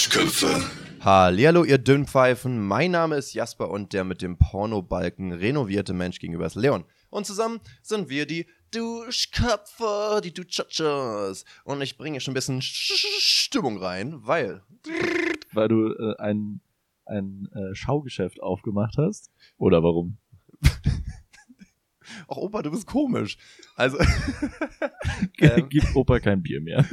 Duschköpfe. Hallihallo, ihr Dünnpfeifen. Mein Name ist Jasper und der mit dem Pornobalken renovierte Mensch gegenüber ist Leon. Und zusammen sind wir die Duschköpfe, die Duschatschers. Und ich bringe schon ein bisschen Stimmung rein, weil du ein Schaugeschäft aufgemacht hast? Oder warum? Ach Opa, du bist komisch. Also Gib Opa kein Bier mehr.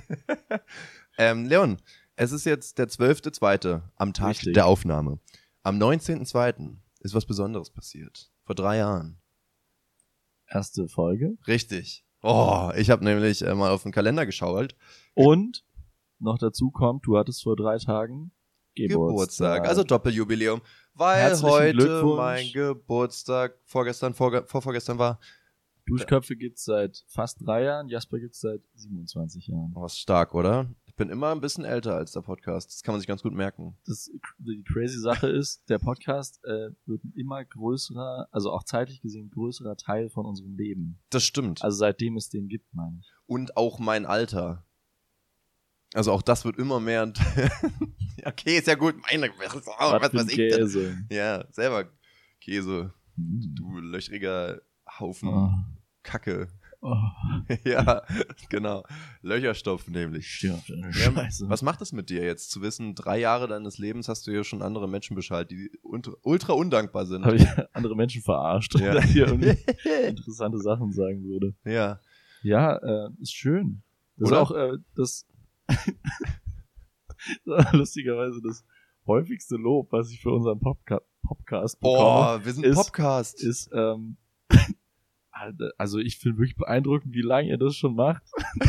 Leon, es ist jetzt der 12.2. am Tag Richtig. der Aufnahme. Am 19.2. ist was Besonderes passiert. Vor 3 Jahren. Erste Folge. Richtig. Oh, ich habe nämlich mal auf den Kalender geschaut. Und noch dazu kommt, du hattest vor 3 Tagen Geburtstag, also Doppeljubiläum, weil Herzlichen heute Glückwunsch. mein Geburtstag vorvorgestern war. Duschköpfe gibt's seit fast 3 Jahren, Jasper gibt's seit 27 Jahren. Oh, ist stark, oder? Ich bin immer ein bisschen älter als der Podcast. Das kann man sich ganz gut merken. Die crazy Sache ist, der Podcast wird ein immer größerer, also auch zeitlich gesehen größerer Teil von unserem Leben. Das stimmt. Also seitdem es den gibt, meine ich. Und auch mein Alter. Also auch das wird immer mehr. Okay, ist ja gut. Was weiß ich denn? Käse. Ja, selber Käse. Mm. Du löchriger Haufen Oh. Kacke. Oh. Ja, genau. Löcherstopf nämlich. Stimmt, Ja, Scheiße. was macht es mit dir jetzt, zu wissen, 3 Jahre deines Lebens hast du ja schon andere Menschen beschallt, die ultra undankbar sind? Habe ich andere Menschen verarscht, Ja. dass ich hier irgendwie interessante Sachen sagen würde. Ja. Ja, ist schön. Das Oder? ist auch das lustigerweise das häufigste Lob, was ich für unseren Podcast bekomme, Oh, wir sind ein Podcast. ist also ich finde wirklich beeindruckend, wie lange ihr das schon macht.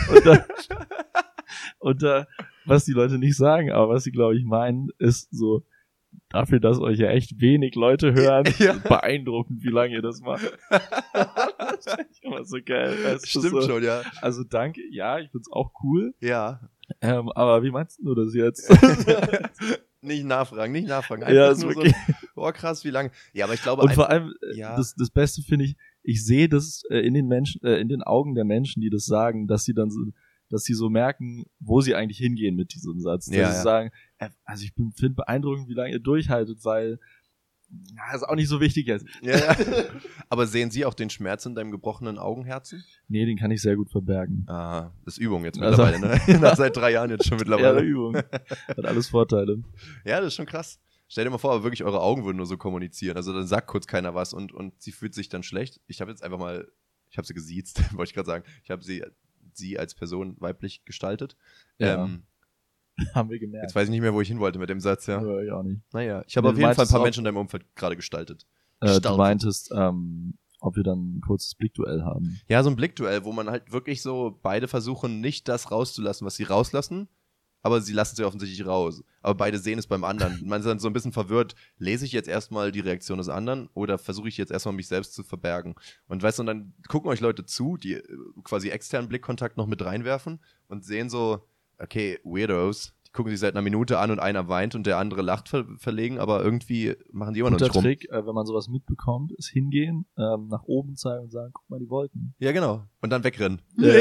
Und was die Leute nicht sagen, aber was sie, glaube ich, meinen, ist so, dafür, dass euch ja echt wenig Leute hören, Ja. beeindruckend, wie lange ihr das macht. Das finde ich immer so geil. Das ist Stimmt so, schon, ja. Also danke, ja, ich find's auch cool. Ja. Aber wie meinst du das jetzt? Nicht nachfragen. Ja, ist nur wirklich. so, oh krass, wie lange. Ja, aber ich glaube Und vor allem, ja. das Beste finde ich sehe das in den Menschen, in den Augen der Menschen, die das sagen, dass sie dann so, dass sie so merken, wo sie eigentlich hingehen mit diesem Satz. Dass Ja, sie ja. sagen, also ich finde beeindruckend, wie lange ihr durchhaltet, weil ist auch nicht so wichtig jetzt. Ja. Aber sehen Sie auch den Schmerz in deinem gebrochenen Augenherzen? Nee, den kann ich sehr gut verbergen. Ah, das ist Übung jetzt Also- mittlerweile, ne? Seit 3 Jahren jetzt schon Ja, mittlerweile. Übung. Hat alles Vorteile. Ja, das ist schon krass. Stell dir mal vor, aber wirklich eure Augen würden nur so kommunizieren. Also dann sagt kurz keiner was und sie fühlt sich dann schlecht. Ich habe jetzt einfach mal, ich habe sie gesiezt, wollte ich gerade sagen. Ich habe sie als Person weiblich gestaltet. Ja. Haben wir gemerkt. Jetzt weiß ich nicht mehr, wo ich hin wollte mit dem Satz, ja. Ja, ich auch nicht. Naja, ich habe Nee, auf du jeden Fall ein meintest paar auch- Menschen in deinem Umfeld gerade gestaltet. Du Gestaltet. meintest, ob wir dann ein kurzes Blickduell haben. Ja, so ein Blickduell, wo man halt wirklich so beide versuchen, nicht das rauszulassen, was sie rauslassen, aber sie lassen es ja offensichtlich raus. Aber beide sehen es beim anderen. Man ist dann so ein bisschen verwirrt, lese ich jetzt erstmal die Reaktion des anderen oder versuche ich jetzt erstmal mich selbst zu verbergen? Und weißt du, und dann gucken euch Leute zu, die quasi externen Blickkontakt noch mit reinwerfen und sehen so, okay, Weirdos, die gucken sich seit einer Minute an und einer weint und der andere lacht verlegen, aber irgendwie machen die immer noch Guter nicht rum. Trick, wenn man sowas mitbekommt, ist hingehen, nach oben zeigen und sagen, guck mal die Wolken. Ja, genau. Und dann wegrennen. Ja.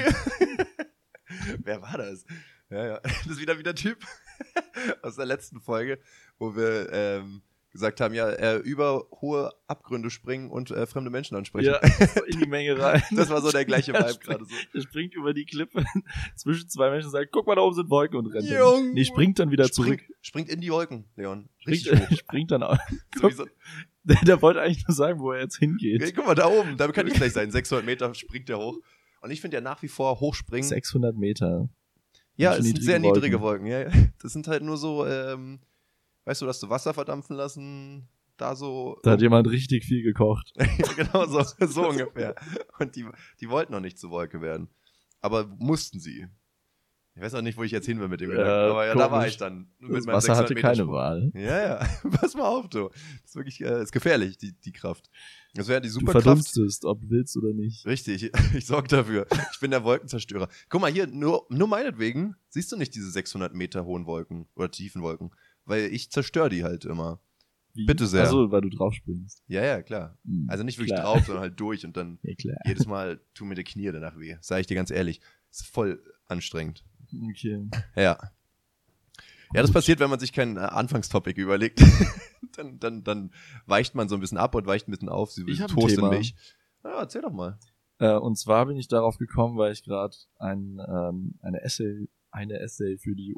Wer war das? Ja. Das ist wieder der Typ aus der letzten Folge, wo wir gesagt haben, ja, über hohe Abgründe springen und fremde Menschen ansprechen. Ja, in die Menge rein. Das war so der gleiche Der Vibe gerade so. Der springt über die Klippe zwischen 2 Menschen und sagt, guck mal, da oben sind Wolken und rennt. Junge. Nee, springt dann wieder zurück. Springt in die Wolken, Leon. Springt, Richtig hoch. springt dann auch. So wie so, Der wollte eigentlich nur sagen, wo er jetzt hingeht. okay, guck mal, da oben, da kann ich gleich sein. 600 Meter springt der hoch. Und ich finde ja nach wie vor hochspringen. 600 Meter. Ja, Ganz es sind niedrige sehr Wolken. niedrige Wolken. Ja. Das sind halt nur so, weißt du, dass du Wasser verdampfen lassen, da so. Da hat jemand richtig viel gekocht. Genau, so ungefähr. Und die wollten noch nicht zur Wolke werden. Aber mussten sie. Ich weiß auch nicht, wo ich jetzt hin will mit dem Gedanken. Aber ja, da war komisch. ich dann. Das Wasser hatte 600 keine Sprung. Wahl. Ja. Pass mal auf, du. Das ist wirklich, ist gefährlich, die Kraft. Das wäre die Du Superkraft. verdunstest, ob du willst oder nicht. Richtig, ich sorge dafür. Ich bin der Wolkenzerstörer. Guck mal hier, nur meinetwegen siehst du nicht diese 600 Meter hohen Wolken oder tiefen Wolken. Weil ich zerstöre die halt immer. Wie? Bitte sehr. Achso, weil du drauf springst. Ja, klar. Hm, Also nicht wirklich klar. drauf, sondern halt durch und dann Ja, klar. jedes Mal tun mir die Knie danach weh. Sag ich dir ganz ehrlich. Ist voll anstrengend. Okay. Ja. Ja, das passiert, wenn man sich kein Anfangstopic überlegt. dann weicht man so ein bisschen ab und weicht ein bisschen auf. Sie Ich hab ein Toast Thema. in Milch. Ja, erzähl doch mal. Und zwar bin ich darauf gekommen, weil ich gerade eine Essay für die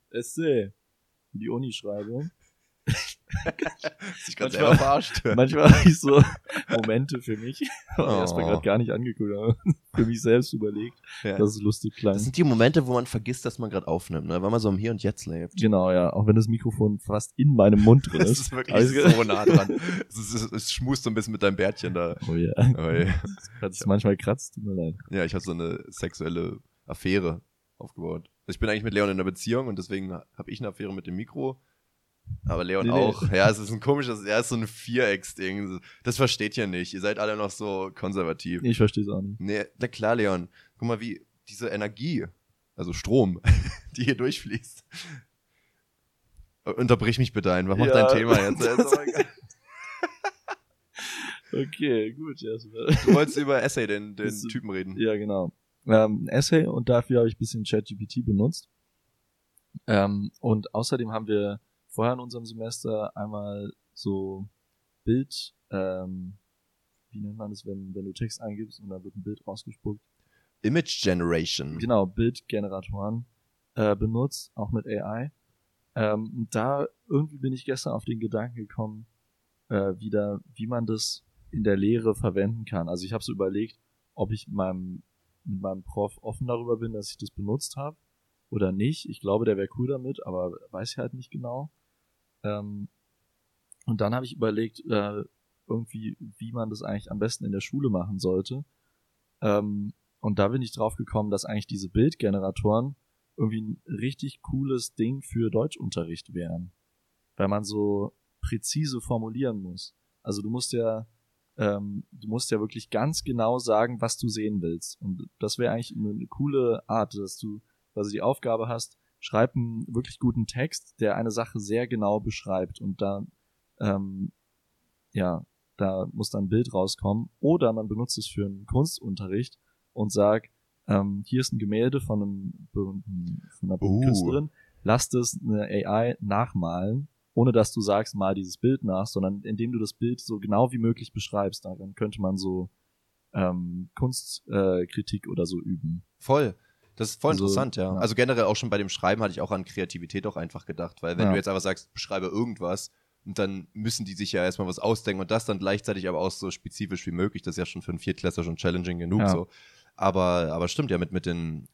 Uni schreibe. Ich gerade selber verarscht. Manchmal habe ich so Momente für mich, habe ich erstmal Oh. gerade gar nicht angeguckt, aber für mich selbst überlegt, Ja. dass es lustig klang. Das sind die Momente, wo man vergisst, dass man gerade aufnimmt, ne? Weil man so im Hier und Jetzt lebt. Genau, ja, auch wenn das Mikrofon fast in meinem Mund drin Das ist. ist wirklich Also- so nah dran. Es schmust so ein bisschen mit deinem Bärtchen da. Oh ja, Oh, ja. das ist manchmal kratzt, tut mir leid. Ja, ich habe so eine sexuelle Affäre aufgebaut. Ich bin eigentlich mit Leon in einer Beziehung und deswegen habe ich eine Affäre mit dem Mikro. Aber Leon Nee. auch. Ja, es ist ein komisches, es ist so ein Vierecksding. Das versteht ihr nicht. Ihr seid alle noch so konservativ. Ich verstehe es auch nicht. Nee, na klar, Leon. Guck mal, wie diese Energie, also Strom, die hier durchfließt. Unterbrich mich bitte einfach, mach Ja. dein Thema jetzt. Ist aber egal. Okay, gut. Ja, super. Du wolltest über Essay, den Das- Typen reden. Ja, genau. Ein Essay und dafür habe ich ein bisschen ChatGPT benutzt. Und außerdem haben wir vorher in unserem Semester einmal so Bild, wie nennt man das, wenn du Text eingibst und dann wird ein Bild rausgespuckt. Image Generation. Genau, Bildgeneratoren benutzt, auch mit AI. Da irgendwie bin ich gestern auf den Gedanken gekommen, wie man das in der Lehre verwenden kann. Also ich habe so überlegt, ob ich mit meinem Prof offen darüber bin, dass ich das benutzt habe oder nicht. Ich glaube, der wäre cool damit, aber weiß ich halt nicht genau. Und dann habe ich überlegt, irgendwie, wie man das eigentlich am besten in der Schule machen sollte. Und da bin ich drauf gekommen, dass eigentlich diese Bildgeneratoren irgendwie ein richtig cooles Ding für Deutschunterricht wären. Weil man so präzise formulieren muss. Also du musst ja wirklich ganz genau sagen, was du sehen willst. Und das wäre eigentlich eine coole Art, dass du quasi die Aufgabe hast, schreib einen wirklich guten Text, der eine Sache sehr genau beschreibt. Und da muss dann ein Bild rauskommen. Oder man benutzt es für einen Kunstunterricht und sagt, hier ist ein Gemälde von einer berühmten Künstlerin, lass das eine AI nachmalen, ohne dass du sagst, mal dieses Bild nach, sondern indem du das Bild so genau wie möglich beschreibst. Daran könnte man so Kunstkritik oder so üben. Voll. Das ist voll Also, interessant, ja. ja. Also generell auch schon bei dem Schreiben hatte ich auch an Kreativität auch einfach gedacht, weil wenn Ja. du jetzt einfach sagst, beschreibe irgendwas und dann müssen die sich ja erstmal was ausdenken und das dann gleichzeitig aber auch so spezifisch wie möglich, das ist ja schon für einen Viertklässler schon challenging genug Ja. so. Aber stimmt ja, mit dem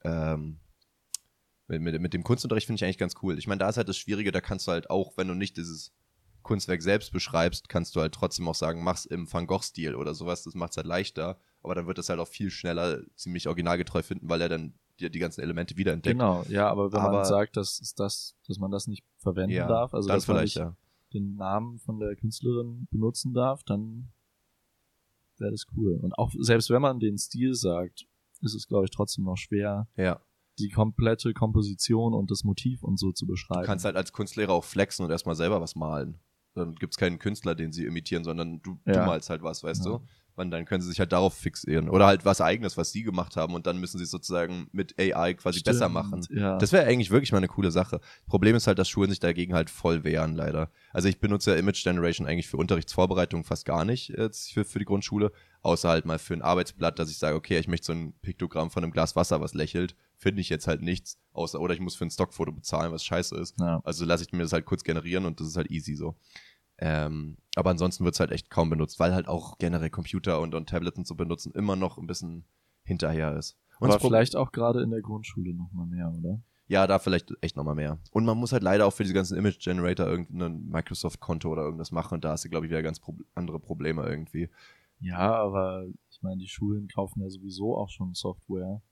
Kunstunterricht finde ich eigentlich ganz cool. Ich meine, da ist halt das Schwierige, da kannst du halt auch, wenn du nicht dieses Kunstwerk selbst beschreibst, kannst du halt trotzdem auch sagen, mach's im Van Gogh-Stil oder sowas, das macht's halt leichter, aber dann wird das halt auch viel schneller ziemlich originalgetreu finden, weil er dann dir die ganzen Elemente wiederentdeckt. Genau, ja, aber wenn Aber- man sagt, dass man das nicht verwenden Ja, darf, also dann dass man vielleicht, nicht ja. den Namen von der Künstlerin benutzen darf, dann wäre das cool. Und auch selbst wenn man den Stil sagt, ist es, glaube ich, trotzdem noch schwer, Ja. die komplette Komposition und das Motiv und so zu beschreiben. Du kannst halt als Kunstlehrer auch flexen und erstmal selber was malen. Dann gibt's keinen Künstler, den sie imitieren, sondern du Ja. malst halt was, weißt Ja. du? Und dann können sie sich halt darauf fixieren. Oder halt was Eigenes, was sie gemacht haben und dann müssen sie es sozusagen mit AI quasi Stimmt, besser machen. Ja. Das wäre eigentlich wirklich mal eine coole Sache. Problem ist halt, dass Schulen sich dagegen halt voll wehren, leider. Also ich benutze ja Image Generation eigentlich für Unterrichtsvorbereitung fast gar nicht jetzt für die Grundschule, außer halt mal für ein Arbeitsblatt, dass ich sage, okay, ich möchte so ein Piktogramm von einem Glas Wasser, was lächelt, finde ich jetzt halt nichts, außer, oder ich muss für ein Stockfoto bezahlen, was scheiße ist. Ja. Also lasse ich mir das halt kurz generieren und das ist halt easy so. Aber ansonsten wird es halt echt kaum benutzt, weil halt auch generell Computer und Tablets und so benutzen immer noch ein bisschen hinterher ist. Und Aber das Pro- vielleicht auch gerade in der Grundschule noch mal mehr, oder? Ja, da vielleicht echt nochmal mehr. Und man muss halt leider auch für diese ganzen Image Generator irgendein Microsoft-Konto oder irgendwas machen und da hast du, glaube ich, wieder ganz andere Probleme irgendwie. Ja, aber ich meine, die Schulen kaufen ja sowieso auch schon Software.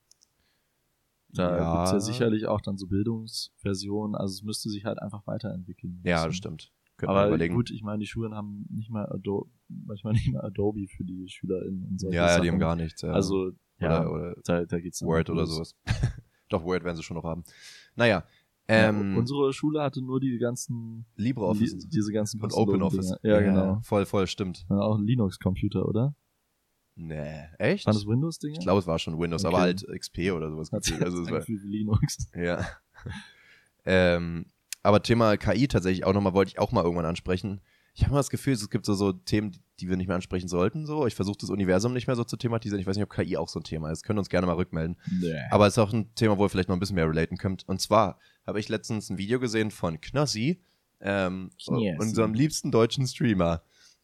Da Ja. gibt's ja sicherlich auch dann so Bildungsversionen, also es müsste sich halt einfach weiterentwickeln. Ja, müssen. das stimmt. Könnte man Aber überlegen. gut, ich meine, die Schulen haben nicht mal manchmal nicht mal Adobe für die SchülerInnen und solche Ja, die Sachen. haben gar nichts. Ja. Also, ja, oder da geht's dann Word oder los. sowas. Doch, Word werden sie schon noch haben. Naja, Ja, unsere Schule hatte nur die ganzen LibreOffice diese ganzen und kostenlosen OpenOffice. Dinger. Ja, genau. Voll, stimmt. Ja, auch Linux-Computer, oder? Nee, echt? Waren das Windows-Dinger? Ich glaube, es war schon Windows, aber Okay. halt XP oder sowas. Hat sich Also es war, für Linux. ja. Aber Thema KI tatsächlich auch nochmal, wollte ich auch mal irgendwann ansprechen. Ich habe mal das Gefühl, es gibt so Themen, die wir nicht mehr ansprechen sollten. So. Ich versuche das Universum nicht mehr so zu thematisieren. Ich weiß nicht, ob KI auch so ein Thema ist. Könnt ihr uns gerne mal rückmelden. Nee. Aber es ist auch ein Thema, wo ihr vielleicht noch ein bisschen mehr relaten könnt. Und zwar habe ich letztens ein Video gesehen von Knossi, unserem liebsten deutschen Streamer.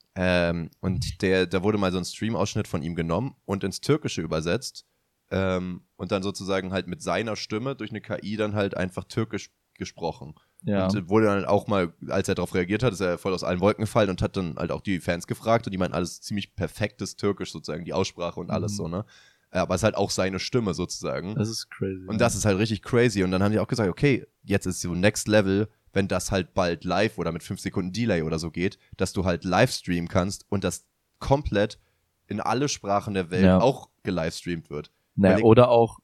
Und da wurde mal so ein Stream-Ausschnitt von ihm genommen und ins Türkische übersetzt. Und dann sozusagen halt mit seiner Stimme durch eine KI dann halt einfach türkisch gesprochen. Ja. Und wurde dann auch mal, als er darauf reagiert hat, ist er voll aus allen Wolken gefallen und hat dann halt auch die Fans gefragt und die meinten alles ziemlich perfektes Türkisch sozusagen, die Aussprache und alles so, ne? Aber es ist halt auch seine Stimme sozusagen. Das ist crazy. Und das ist halt richtig crazy. Und dann haben die auch gesagt, okay, jetzt ist so Next Level, wenn das halt bald live oder mit 5 Sekunden Delay oder so geht, dass du halt live streamen kannst und das komplett in alle Sprachen der Welt auch gelivestreamt wird. Naja, oder auch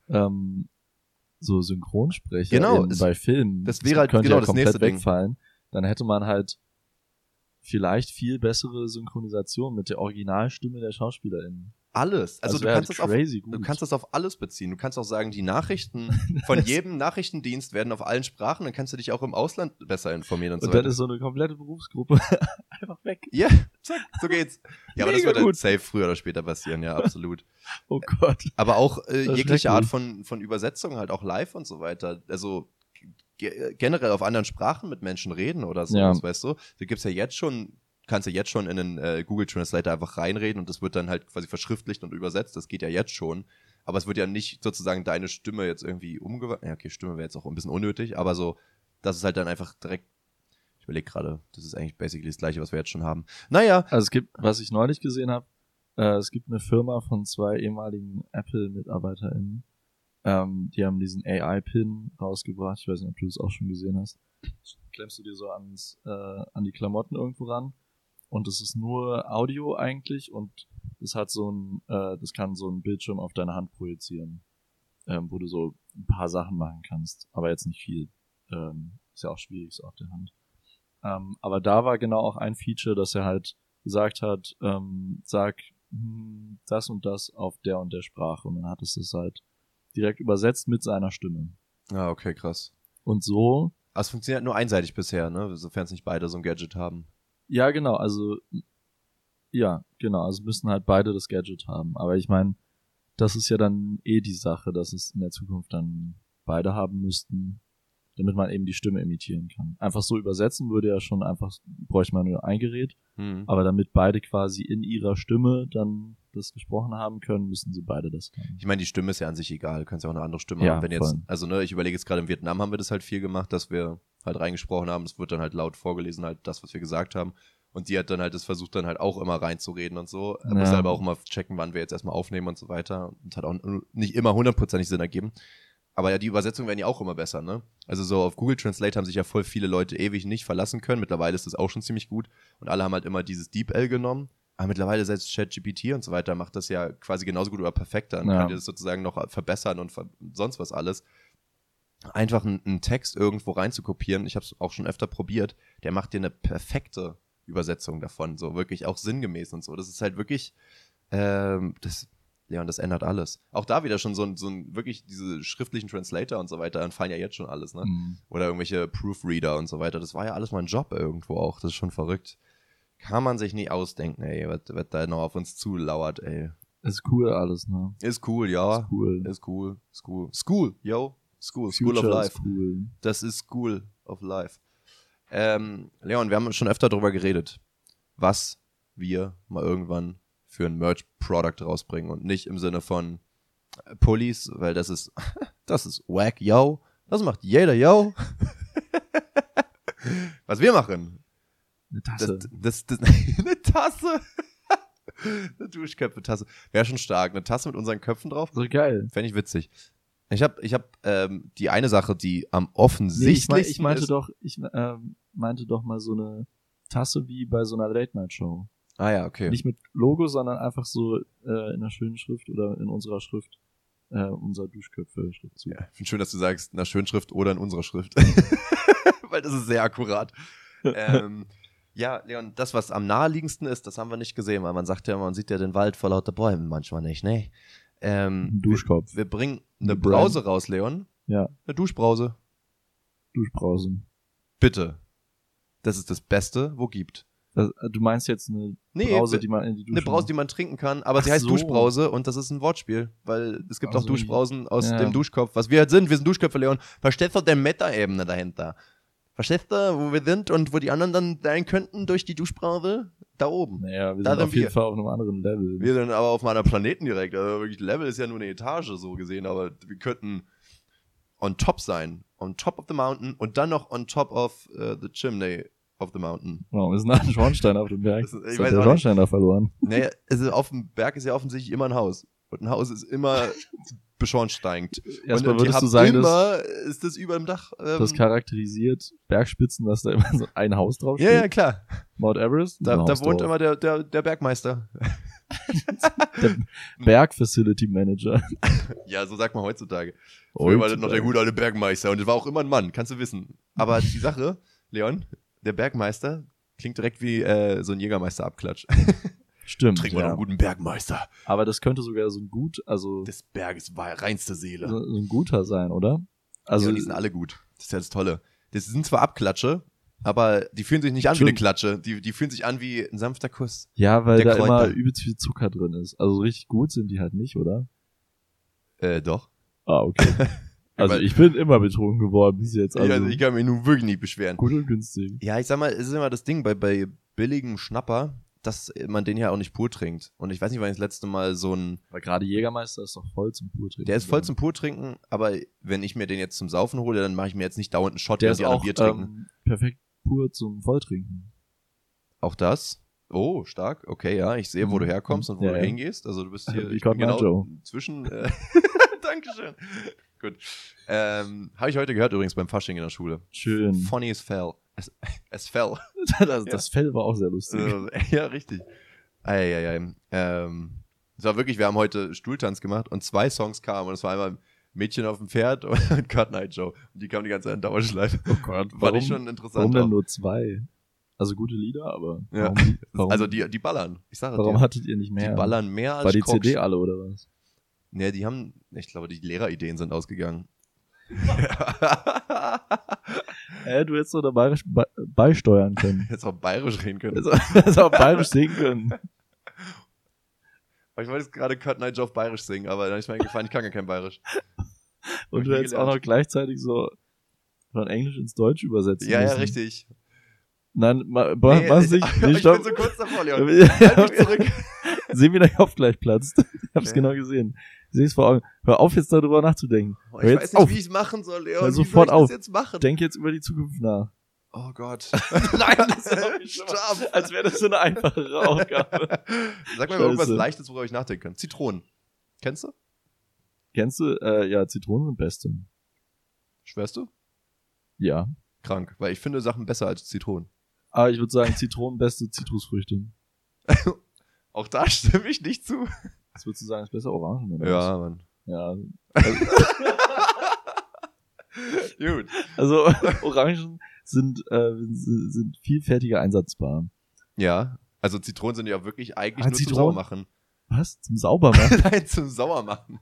so Synchronsprecher bei Filmen. Das wäre halt könnte genau ja das komplett nächste wegfallen. Dann hätte man halt vielleicht viel bessere Synchronisation mit der Originalstimme der SchauspielerInnen. Alles. Also das du kannst das auf alles beziehen. Du kannst auch sagen, die Nachrichten von jedem Nachrichtendienst werden auf allen Sprachen, dann kannst du dich auch im Ausland besser informieren und so weiter. Und dann ist so eine komplette Berufsgruppe einfach weg. Ja, zack, so geht's. Ja, aber das wird halt safe früher oder später passieren, ja, absolut. Oh Gott. Aber auch jegliche Art von Übersetzung halt auch live und so weiter. Also generell auf anderen Sprachen mit Menschen reden oder so, weißt du. Da gibt's ja jetzt schon, kannst du jetzt schon in einen Google Translator einfach reinreden und das wird dann halt quasi verschriftlicht und übersetzt. Das geht ja jetzt schon. Aber es wird ja nicht sozusagen deine Stimme jetzt irgendwie umgewandelt. Ja, okay, Stimme wäre jetzt auch ein bisschen unnötig, aber so, das ist halt dann einfach direkt. Ich überlege gerade, das ist eigentlich basically das Gleiche, was wir jetzt schon haben. Naja. Also es gibt, was ich neulich gesehen habe, es gibt eine Firma von 2 ehemaligen Apple-MitarbeiterInnen, die haben diesen AI-Pin rausgebracht. Ich weiß nicht, ob du das auch schon gesehen hast. Klemmst du dir so an die Klamotten irgendwo ran und es ist nur Audio eigentlich und es hat das kann so ein Bildschirm auf deine Hand projizieren, wo du so ein paar Sachen machen kannst, aber jetzt nicht viel. Ist ja auch schwierig so auf der Hand. Aber da war genau auch ein Feature, dass er halt gesagt hat, sag das und das auf der und der Sprache und dann hat es das halt direkt übersetzt mit seiner Stimme. Ah, okay, krass. Und so. Aber es funktioniert nur einseitig bisher, ne? Sofern es nicht beide so ein Gadget haben. Ja, genau, also müssen halt beide das Gadget haben. Aber ich meine, das ist ja dann die Sache, dass es in der Zukunft dann beide haben müssten, damit man eben die Stimme imitieren kann. Einfach so übersetzen würde ja schon bräuchte man nur ein Gerät, aber damit beide quasi in ihrer Stimme dann das gesprochen haben können, müssen sie beide das können. Ich meine, die Stimme ist ja an sich egal, du kannst ja auch eine andere Stimme haben. Wenn jetzt, also ne, ich überlege jetzt gerade, in Vietnam haben wir das halt viel gemacht, dass wir halt reingesprochen haben, es wird dann halt laut vorgelesen, halt das, was wir gesagt haben. Und die hat dann halt das versucht dann halt auch immer reinzureden und so. Ja. Muss aber auch immer checken, wann wir jetzt erstmal aufnehmen und so weiter. Und hat auch nicht immer 100% Sinn ergeben. Aber ja, die Übersetzungen werden ja auch immer besser, ne? Also so auf Google Translate haben sich ja voll viele Leute ewig nicht verlassen können. Mittlerweile ist das auch schon ziemlich gut. Und alle haben halt immer dieses DeepL genommen. Aber mittlerweile selbst ChatGPT und so weiter macht das ja quasi genauso gut oder perfekter. Dann kann dir das sozusagen noch verbessern und sonst was alles. Einfach einen Text irgendwo rein zu kopieren, ich habe es auch schon öfter probiert, der macht dir eine perfekte Übersetzung davon, so wirklich auch sinngemäß und so. Das ist halt wirklich, das ändert alles. Auch da wieder schon so ein wirklich diese schriftlichen Translator und so weiter, dann fallen ja jetzt schon alles, ne? Oder irgendwelche Proofreader und so weiter. Das war ja alles mal ein Job irgendwo auch. Das ist schon verrückt. Kann man sich nie ausdenken, ey, was da noch auf uns zulauert, ey. Ist cool alles, ne? Ist cool, ja. Ist cool. School, yo. School of Life. Cool. Das ist School of Life. Leon, wir haben schon öfter darüber geredet, was wir mal irgendwann für ein Merch-Product rausbringen und nicht im Sinne von Pullis, weil das ist wack, yo. Das macht jeder, yo. Was wir machen. Eine Tasse. Eine Tasse. Eine Duschköpfe-Tasse. Wäre schon stark. Eine Tasse mit unseren Köpfen drauf. So geil. Fände ich witzig. Ich hab die eine Sache, die am offensichtlichsten ich meinte doch mal so eine Tasse wie bei so einer Late-Night-Show. Ah ja, okay. Nicht mit Logo, sondern einfach so in einer schönen Schrift oder in unserer Schrift. Unser Duschköpfe-Schriftzug. Ja, ich finde schön, dass du sagst, in einer schönen Schrift oder in unserer Schrift. Weil das ist sehr akkurat. Ja, Leon, das, was am naheliegendsten ist, das haben wir nicht gesehen, weil man sagt ja, man sieht ja den Wald vor lauter Bäumen manchmal nicht, ne? Duschkopf. Wir bringen eine Brause raus, Leon. Ja. Eine Duschbrause. Duschbrause. Bitte. Das ist das Beste, wo gibt. Du meinst jetzt eine Brause, die man in die Dusche Eine Brause, die man trinken kann, aber sie heißt Duschbrause und das ist ein Wortspiel, weil es gibt auch Duschbrausen aus dem Duschkopf, was wir halt sind. Wir sind Duschköpfe, Leon. Verstehst du den Meta-Ebene dahinter? Verstehst du, wo wir sind und wo die anderen dann sein könnten durch die Duschbrause? Da oben. Naja, wir sind auf jeden Fall auf einem anderen Level. Wir sind aber auf einem anderen Planeten direkt. Also wirklich, Level ist ja nur eine Etage so gesehen, aber wir könnten on top sein. On top of the mountain und dann noch on top of the chimney of the mountain. Wow, wir sind ein Schornstein auf dem Berg. Ich weiß der Schornstein da verloren. Naja, also auf dem Berg ist ja offensichtlich immer ein Haus. Und ein Haus ist immer beschornsteint. Erstmal würdest du sagen, ist das über dem Dach. Das charakterisiert Bergspitzen, dass da immer so ein Haus draufsteht. Ja, klar. Mount Everest. Da wohnt immer der Bergmeister. Der Berg-Facility Manager. Ja, so sagt man heutzutage. Früher war das noch der gute alte Bergmeister und das war auch immer ein Mann, kannst du wissen. Aber die Sache, Leon, der Bergmeister klingt direkt wie so ein Jägermeister-Abklatsch. Stimmt. Trink mal einen guten Bergmeister. Aber das könnte sogar so ein des Berges reinste Seele. So ein guter sein, oder? Also ja, die sind alle gut. Das ist ja das Tolle. Das sind zwar Abklatsche, aber die fühlen sich nicht an wie eine Klatsche. Die fühlen sich an wie ein sanfter Kuss. Ja, weil da immer übelst viel Zucker drin ist. Also richtig gut sind die halt nicht, oder? Doch. Ah, okay. Also ich bin immer betrunken geworden bis jetzt. Also ich kann mich nun wirklich nicht beschweren. Gut und günstig. Ja, ich sag mal, es ist immer das Ding bei billigem Schnapper, dass man den ja auch nicht pur trinkt. Und ich weiß nicht, wann ich das letzte Mal so ein... Weil gerade Jägermeister ist doch voll zum Purtrinken. Der ist voll zum Purtrinken, aber wenn ich mir den jetzt zum Saufen hole, dann mache ich mir jetzt nicht dauernd einen Shot, während die anderen Bier trinken. Perfekt pur zum Volltrinken. Auch das? Oh, stark. Okay, ja, ich sehe, wo du herkommst und wo du hingehst. Also du bist hier genau zwischen... Dankeschön. Gut. Habe ich heute gehört übrigens beim Fasching in der Schule. Schön. Funny as fell. Es fell. Das Fell war auch sehr lustig. Ja, richtig. Es war wirklich, wir haben heute Stuhltanz gemacht und 2 Songs kamen und es war einmal Mädchen auf dem Pferd und Cut Night Joe. Und die kamen die ganze Zeit in Dauerschleife. Oh Gott. War nicht schon interessant. Warum denn nur 2? Also gute Lieder, aber warum? Also die ballern. Ich sage warum hattet ihr nicht mehr? Die ballern mehr als war die CD alle oder was? Ne, ich glaube, die Lehrerideen sind ausgegangen. Du hättest doch da bayerisch beisteuern können. Hättest auch bayerisch reden können. Hättest auch bayerisch singen können. Ich wollte jetzt gerade Cut Night Joe auf bayerisch singen, aber dann ist mir eingefallen, ich kann gar kein bayerisch. Und du hättest auch noch gleichzeitig so von Englisch ins Deutsch übersetzen müssen. Ja, richtig. Nein, was nicht? Nee, ich bin so kurz davor, Leon. Halt mich zurück. Sehen, wie der Kopf gleich platzt. Ich hab's genau gesehen. Ich sehe es vor Augen. Hör auf, jetzt darüber nachzudenken. Ich weiß nicht, wie ich es machen soll, Leon. Hör sofort auf. Jetzt machen? Denk jetzt über die Zukunft nach. Oh Gott. Nein, das ist stopp. Als wäre das so eine einfachere Aufgabe. Sag mal irgendwas Leichtes, worüber ich nachdenken kann. Zitronen. Kennst du? Ja, Zitronen sind beste. Schwörst du? Ja. Krank, weil ich finde Sachen besser als Zitronen. Aber ich würde sagen, Zitronen beste Zitrusfrüchte. Auch da stimme ich nicht zu. Was würdest du sagen, ist besser Orangen? Oder ja, Mann. Ja. Gut. Also Orangen sind vielfältiger einsatzbar. Ja, also Zitronen sind ja wirklich eigentlich nur Zitronen? zum Sauermachen. Was? Zum Saubermachen? Nein, zum Sauermachen.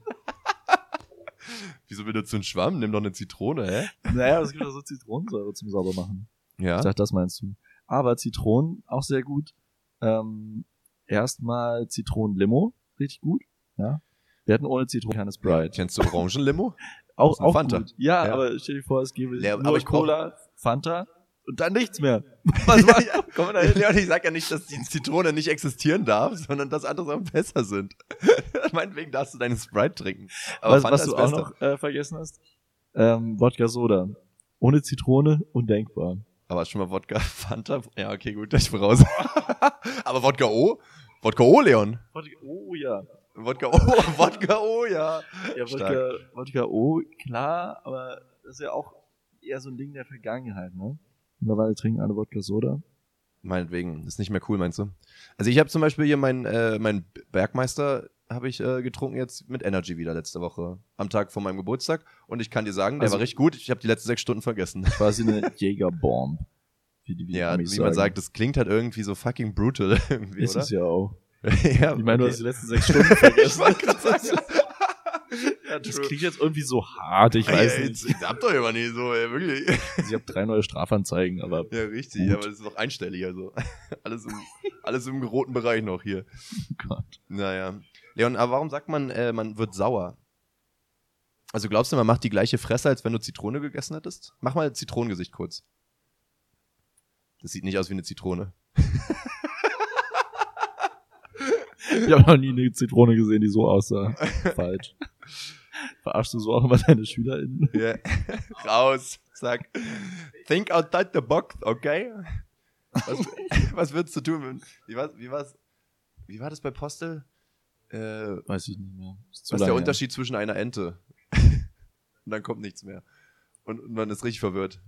Wieso benutzt du einen Schwamm? Nimm doch eine Zitrone, hä? Naja, es gibt doch so Zitronensäure zum Saubermachen. Ja. Ich dachte, das meinst du. Aber Zitronen, auch sehr gut. Erstmal Zitronenlimo, richtig gut. Ja. Wir hatten ohne Zitronen keine Sprite. Kennst du Orangenlimo? Auch Fanta. Gut. Ja, aber stell dir vor, es gäbe nur Cola, Fanta und dann nichts mehr. Was war? Komm da hin. Leon, ich sag ja nicht, dass die Zitrone nicht existieren darf, sondern dass andere Sachen besser sind. Meinetwegen darfst du deinen Sprite trinken. Aber was du auch noch vergessen hast? Wodka Soda. Ohne Zitrone undenkbar. Aber schon mal Wodka Fanta? Ja, okay, gut, ich bin raus. Aber Wodka O? Wodka O, Leon. Wodka O, ja. Wodka O, ja. Ja, Wodka O, klar, aber das ist ja auch eher so ein Ding der Vergangenheit, ne? Mittlerweile trinken alle Wodka Soda. Meinetwegen, ist nicht mehr cool, meinst du? Also ich habe zum Beispiel hier mein Bergmeister habe ich getrunken jetzt mit Energy wieder letzte Woche. Am Tag vor meinem Geburtstag. Und ich kann dir sagen, der war richtig gut. Ich habe die letzten 6 Stunden vergessen. Quasi eine Jägerbomb. Wie man sagt, das klingt halt irgendwie so fucking brutal. Irgendwie, ist oder? Es ja auch. Ja, ich meine, du hast die letzten 6 Stunden vergessen. Ich wollte gerade sagen. Das klingt jetzt irgendwie so hart, ich weiß nicht. Jetzt habt doch immer nicht so, ey, wirklich. Ich habe 3 neue Strafanzeigen, aber... Ja, richtig, gut. aber das ist noch einstellig, also. Alles im roten Bereich noch hier. Oh Gott. Naja. Leon, aber warum sagt man, man wird sauer? Also glaubst du, man macht die gleiche Fresse, als wenn du Zitrone gegessen hättest? Mach mal Zitronengesicht kurz. Das sieht nicht aus wie eine Zitrone. Ich habe noch nie eine Zitrone gesehen, die so aussah. Falsch. Verarschst du so auch immer deine SchülerInnen? Ja. Raus. Sag. Think outside the box, okay? Was würdest du tun? Wie war das bei Postel? Weiß ich nicht mehr. Was ist der Unterschied zwischen einer Ente? Und dann kommt nichts mehr. Und man ist richtig verwirrt.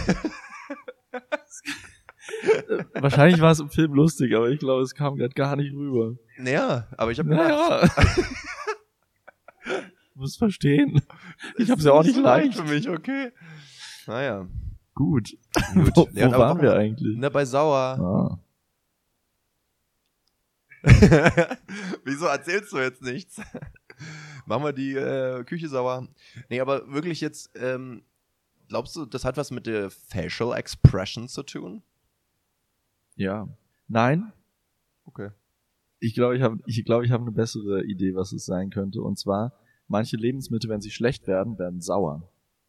Wahrscheinlich war es im Film lustig, aber ich glaube, es kam gerade gar nicht rüber. Naja, aber ich habe Naja. Du musst verstehen. Ich hab's ja auch nicht leicht. für mich, okay. Naja. Gut. Gut. Wo waren wir eigentlich? Na, bei Sauer. Wieso erzählst du jetzt nichts? Machen wir die Küche sauer. Nee, aber wirklich jetzt, glaubst du, das hat was mit der Facial Expression zu tun? Ja. Nein. Okay. Ich glaube, ich habe eine bessere Idee, was es sein könnte. Und zwar, manche Lebensmittel, wenn sie schlecht werden, werden sauer.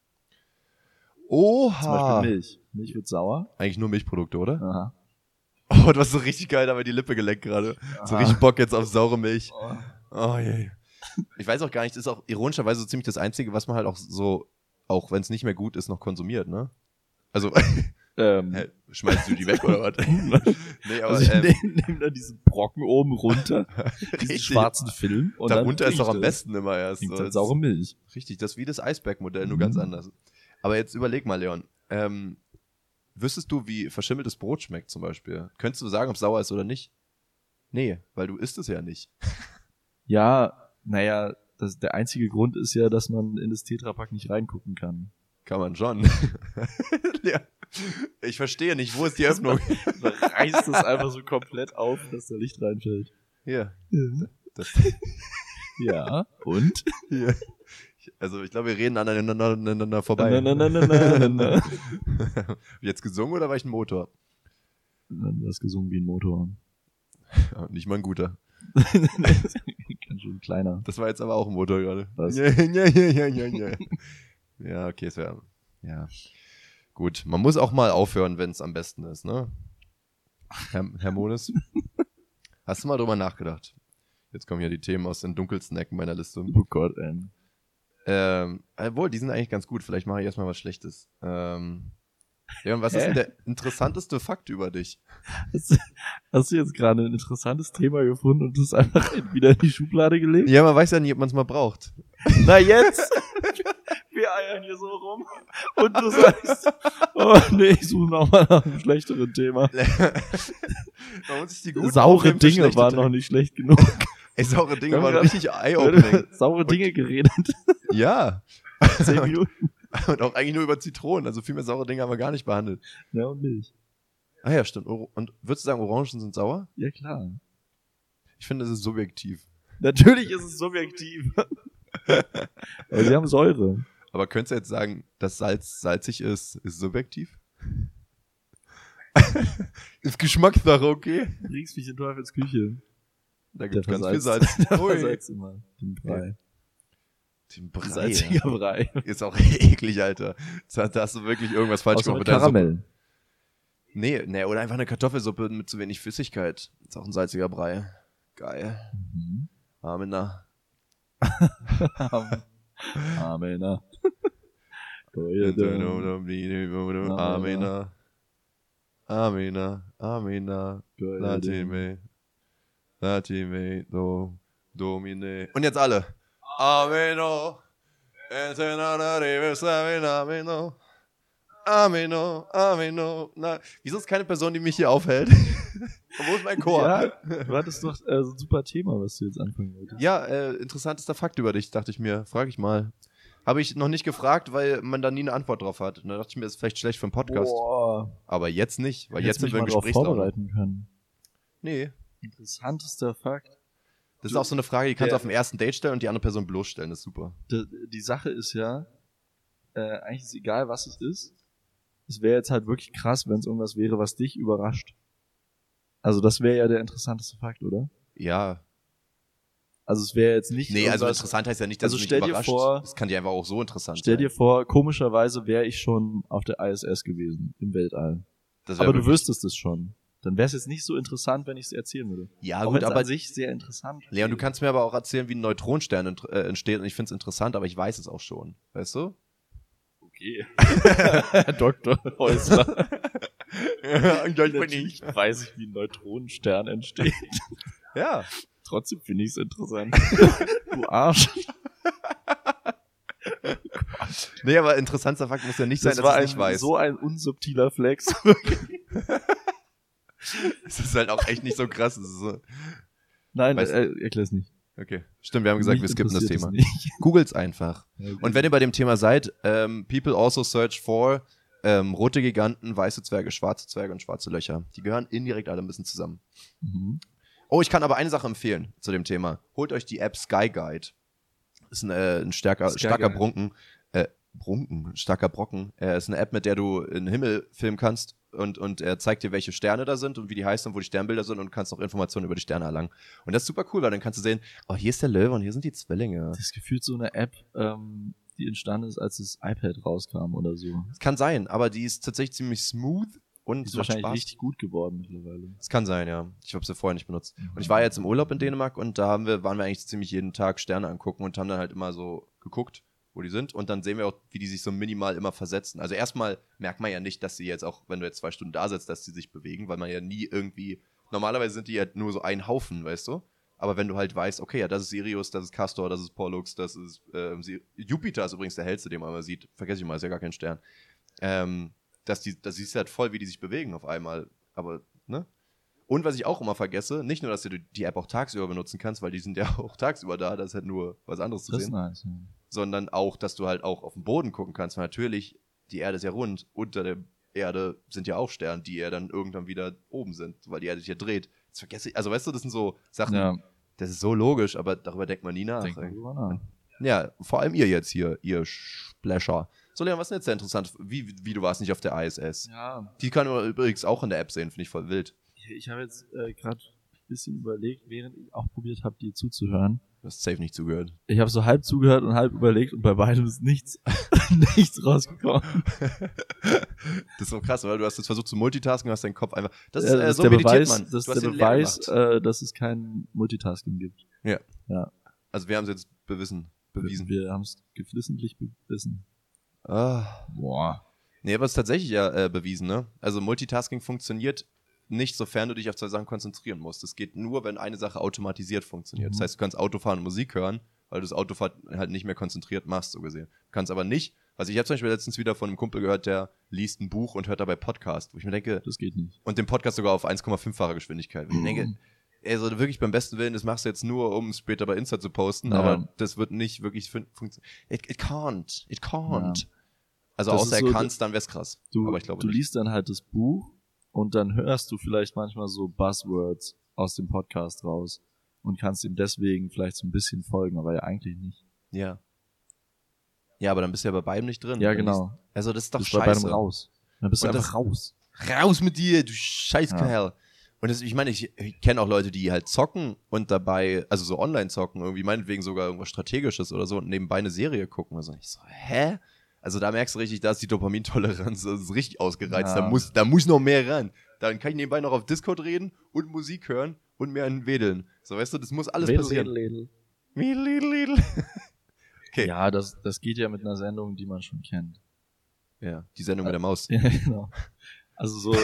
Oha. Zum Beispiel Milch. Milch wird sauer. Eigentlich nur Milchprodukte, oder? Aha. Oh, du hast so richtig geil dabei die Lippe geleckt gerade. So richtig Bock jetzt auf saure Milch. Oh je. Ich weiß auch gar nicht, das ist auch ironischerweise so ziemlich das Einzige, was man halt auch so, auch wenn es nicht mehr gut ist, noch konsumiert, ne? Also, schmeißt du die weg oder was? Nee, aber also ich nehme da diesen Brocken oben runter, diesen richtig. schwarzen Film. Und darunter dann ist doch am das. besten immer erst. Klingt So. dann saure Milch. Richtig, das ist wie das Eisberg-Modell, nur ganz anders. Aber jetzt überleg mal, Leon. Wüsstest du, wie verschimmeltes Brot schmeckt zum Beispiel? Könntest du sagen, ob es sauer ist oder nicht? Nee, weil du isst es ja nicht. Ja, naja, der einzige Grund ist ja, dass man in das Tetrapack nicht reingucken kann. Kann man schon. Ja. Ich verstehe nicht, wo ist die Öffnung? Da reißt es einfach so komplett auf, dass da Licht reinfällt. Hier. Das, Ja, und? hier. Also ich glaube, wir reden aneinander vorbei. Na. Jetzt gesungen oder war ich ein Motor? Du hast gesungen wie ein Motor. Ja, nicht mal ein guter. Ganz schön kleiner. Das war jetzt aber auch ein Motor gerade. Was? Ja, okay, es wäre. Ja. Gut, man muss auch mal aufhören, wenn es am besten ist, ne? Herr Mones? Hast du mal drüber nachgedacht? Jetzt kommen ja die Themen aus den dunkelsten Ecken meiner Liste. Oh Gott, ey. Obwohl, die sind eigentlich ganz gut. Vielleicht mache ich erstmal was Schlechtes. Leon, was ist denn der interessanteste Fakt über dich? Hast du jetzt gerade ein interessantes Thema gefunden und das einfach wieder in die Schublade gelegt? Ja, man weiß ja nie, ob man es mal braucht. Na jetzt! Wir eiern hier so rum und du sagst, oh nee, ich suche nochmal nach einem schlechteren Thema. Man muss sich die guten Saure aufheben für Dinge schlechte waren Dinge. noch nicht schlecht genug. Ey, saure Dinge Wir haben waren grad- richtig eye-opening. Saure Dinge geredet. Ja. 10 Minuten. Und auch eigentlich nur über Zitronen. Also viel mehr saure Dinge haben wir gar nicht behandelt. Ja, und Milch. Ah ja, stimmt. Und würdest du sagen, Orangen sind sauer? Ja, klar. Ich finde, das ist subjektiv. Natürlich ist es subjektiv. Aber sie haben Säure. Aber könntest du jetzt sagen, dass Salz salzig ist subjektiv? Ist Geschmackssache, okay? Du riechst mich in Teufels Küche. Da gibt es ganz viel versalzt- Salz. Der Ui. versalzt immer den Brei. Den Brei. Salziger Brei. Ist auch eklig, Alter. Da hast du wirklich irgendwas falsch Außer gemacht mit mit deiner Suppe. Karamell. Nee, oder einfach eine Kartoffelsuppe mit zu wenig Flüssigkeit. Ist auch ein salziger Brei. Geil. Mhm. Amina. Amena. Amina. Amina. Latime, Domine. Und jetzt alle. Ameno. Ameno. Na, wieso ist keine Person, die mich hier aufhält? Wo ist mein Chor? Ja, du hattest doch so ein super Thema, was du jetzt anfangen wolltest. Ja, interessantester Fakt über dich, dachte ich mir. Frag ich mal. Habe ich noch nicht gefragt, weil man da nie eine Antwort drauf hat. Und da dachte ich mir, das ist vielleicht schlecht für einen Podcast. Boah. Aber jetzt nicht, weil jetzt sind mich wir im mal drauf Gespräch. vorbereiten können. Nee. Interessantester Fakt. Das ist auch so eine Frage, die kannst du auf dem ersten Date stellen und die andere Person bloßstellen. Das ist super. Die Sache ist ja, eigentlich ist egal, was es ist. Es wäre jetzt halt wirklich krass, wenn es irgendwas wäre, was dich überrascht. Also das wäre ja der interessanteste Fakt, oder? Ja. Also es wäre jetzt nicht Nee, also interessant heißt ja nicht, dass es mich überrascht. Es kann dir einfach auch so interessant sein. Stell dir vor, komischerweise wäre ich schon auf der ISS gewesen, im Weltall. Aber du wüsstest es schon. Dann wäre es jetzt nicht so interessant, wenn ich es erzählen würde. Ja, auch gut, aber an sich sehr interessant. Leon, du kannst mir aber auch erzählen, wie ein Neutronenstern entsteht und ich finde es interessant, aber ich weiß es auch schon. Weißt du? Okay. Dr. Häusler. Ja, ich weiß ich, wie ein Neutronenstern entsteht. Ja. Trotzdem finde ich es interessant. Du Arsch. Nee, aber interessanter Fakt muss ja nicht sein, dass ich es nicht weiß. So ein unsubtiler Flex. Es ist halt auch echt nicht so krass. So. Nein, erklär's nicht. Okay, stimmt, wir haben gesagt, wir skippen das Thema. Nicht. Googles einfach. Ja, okay. Und wenn ihr bei dem Thema seid, people also search for rote Giganten, weiße Zwerge, schwarze Zwerge und schwarze Löcher. Die gehören indirekt alle ein bisschen zusammen. Mhm. Oh, ich kann aber eine Sache empfehlen zu dem Thema. Holt euch die App Sky Guide. Ist ein starker Brocken. Ist eine App, mit der du in den Himmel filmen kannst und er zeigt dir, welche Sterne da sind und wie die heißen und wo die Sternbilder sind und kannst auch Informationen über die Sterne erlangen. Und das ist super cool, weil dann kannst du sehen, oh, hier ist der Löwe und hier sind die Zwillinge. Das ist gefühlt so eine App, die entstanden ist, als das iPad rauskam oder so. Das kann sein, aber die ist tatsächlich ziemlich smooth und die ist wahrscheinlich richtig gut geworden mittlerweile. Das kann sein, ja. Ich habe sie vorher nicht benutzt. Und ich war jetzt im Urlaub in Dänemark und da waren wir eigentlich ziemlich jeden Tag Sterne angucken und haben dann halt immer so geguckt, wo die sind. Und dann sehen wir auch, wie die sich so minimal immer versetzen. Also erstmal merkt man ja nicht, dass sie jetzt auch, wenn du jetzt 2 Stunden da sitzt, dass sie sich bewegen, weil man ja nie irgendwie, normalerweise sind die ja nur so ein Haufen, weißt du? Aber wenn du halt weißt, okay, ja, das ist Sirius, das ist Castor, das ist Pollux, das ist Jupiter ist übrigens der hellste, den man immer sieht. Vergesse ich mal, ist ja gar kein Stern. Da siehst du halt voll, wie die sich bewegen auf einmal. Aber, ne? Und was ich auch immer vergesse, nicht nur, dass du die App auch tagsüber benutzen kannst, weil die sind ja auch tagsüber da, das ist halt nur was anderes zu sehen. Das ist nice, ja. Sondern auch, dass du halt auch auf den Boden gucken kannst. Weil natürlich, die Erde ist ja rund. Unter der Erde sind ja auch Sterne, die ja dann irgendwann wieder oben sind, weil die Erde sich ja dreht. Das vergesse ich. Also weißt du, das sind so Sachen, Ja. Das ist so logisch, aber darüber denkt man nie nach. Denk mal drüber nach. Ja, vor allem ihr jetzt hier, ihr Splasher. So, Leon, was ist denn jetzt sehr interessant? Wie du warst nicht auf der ISS? Ja. Die kann man übrigens auch in der App sehen, finde ich voll wild. Ich habe jetzt gerade ein bisschen überlegt, während ich auch probiert habe, dir zuzuhören. Du hast safe nicht zugehört. Ich habe so halb zugehört und halb überlegt und bei beidem ist nichts rausgekommen. Das ist so krass, oder? Du hast jetzt versucht zu multitasken, hast deinen Kopf einfach... Das Das ist ist so der meditiert Beweis, man. das Du ist hast der den leer Beweis, gemacht. dass es kein Multitasking gibt. Ja. Ja. Also wir haben es jetzt bewiesen. Wir haben es geflissentlich bewiesen. Ah. Boah. Nee, aber es ist tatsächlich ja bewiesen, ne? Also Multitasking funktioniert nicht, sofern du dich auf 2 Sachen konzentrieren musst. Es geht nur, wenn eine Sache automatisiert funktioniert. Das heißt, du kannst Autofahren und Musik hören, weil du das Autofahren halt nicht mehr konzentriert machst, so gesehen. Du kannst aber nicht, also ich habe zum Beispiel letztens wieder von einem Kumpel gehört, der liest ein Buch und hört dabei Podcast, wo ich mir denke, Das geht nicht. und den Podcast sogar auf 1,5-fache Geschwindigkeit. Wo ich mir denke, also wirklich beim besten Willen, das machst du jetzt nur, um es später bei Insta zu posten, Ja. aber das wird nicht wirklich funktionieren. It can't. Ja. Also Das außer ist er so, kann's, dann wär's krass. Aber ich glaube du nicht. liest dann halt das Buch und dann hörst du vielleicht manchmal so Buzzwords aus dem Podcast raus und kannst ihm deswegen vielleicht so ein bisschen folgen, aber ja eigentlich nicht. Ja. Ja, aber dann bist du ja bei beidem nicht drin. Ja, Dann genau. Also das ist doch Du bist bei beidem scheiße. raus. Dann bist du Und einfach raus. Raus mit dir, du Scheißkerl. Ja. Und ich meine, ich kenne auch Leute, die halt zocken und dabei, also so online zocken, irgendwie meinetwegen sogar irgendwas Strategisches oder so und nebenbei eine Serie gucken. Also ich so, hä? Also da merkst du richtig, da ist die Dopamintoleranz, das ist richtig ausgereizt. Ja. Da muss noch mehr ran. Dann kann ich nebenbei noch auf Discord reden und Musik hören und mehr an Wedeln. So, weißt du, das muss alles passieren. Wedel. Okay. Ja, das geht ja mit einer Sendung, die man schon kennt. Ja, die Sendung mit der Maus. Ja, genau. Also so,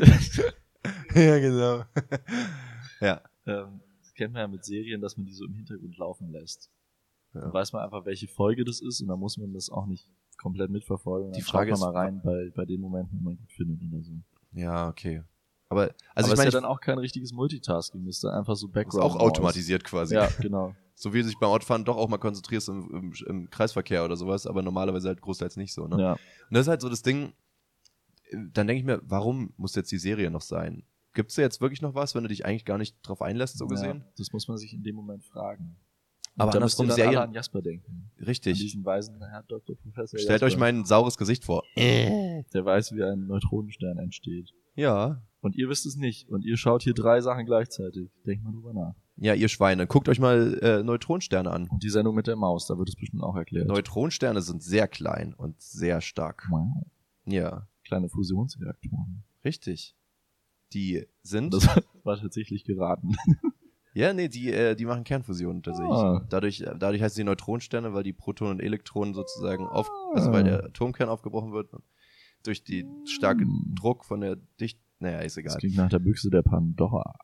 Ja, genau. Ja. das kennt man ja mit Serien, dass man die so im Hintergrund laufen lässt. Ja. Dann weiß man einfach, welche Folge das ist und dann muss man das auch nicht komplett mitverfolgen. Die Dann Frage schaut man ist, mal rein bei den Momenten, die man gut findet oder so. Ja, okay. Aber, also Aber ich es ist meine, ja dann auch kein richtiges Multitasking, das ist dann einfach so ist Background. auch automatisiert quasi. Ja, genau. So wie du dich beim Autofahren doch auch mal konzentrierst im Kreisverkehr oder sowas, aber normalerweise halt großteils nicht so, ne? Ja. Und das ist halt so das Ding, dann denke ich mir, warum muss jetzt die Serie noch sein? gibt's da jetzt wirklich noch was, wenn du dich eigentlich gar nicht drauf einlässt, so gesehen? Ja, das muss man sich in dem Moment fragen. Aber da müsst ihr andersrum dann Serien... alle an Jasper denken. An Richtig. diesen weisen Herr Dr. Professor Stellt Jasper. euch mein saures Gesicht vor. Der weiß, wie ein Neutronenstern entsteht. Ja. Und ihr wisst es nicht. Und ihr schaut hier 3 Sachen gleichzeitig. Denkt mal drüber nach. Ja, ihr Schweine. Guckt euch mal Neutronensterne an. Und die Sendung mit der Maus, da wird es bestimmt auch erklärt. Neutronensterne sind sehr klein und sehr stark. Wow. Ja, Kleine Fusionsreaktoren. richtig. Die sind... Das war tatsächlich geraten. Ja, nee, die machen Kernfusion tatsächlich. Ah. Dadurch heißen die Neutronensterne, weil die Protonen und Elektronen sozusagen also weil der Atomkern aufgebrochen wird und durch die starke Druck von der naja, ist Das egal. klingt nach der Büchse der Pandora.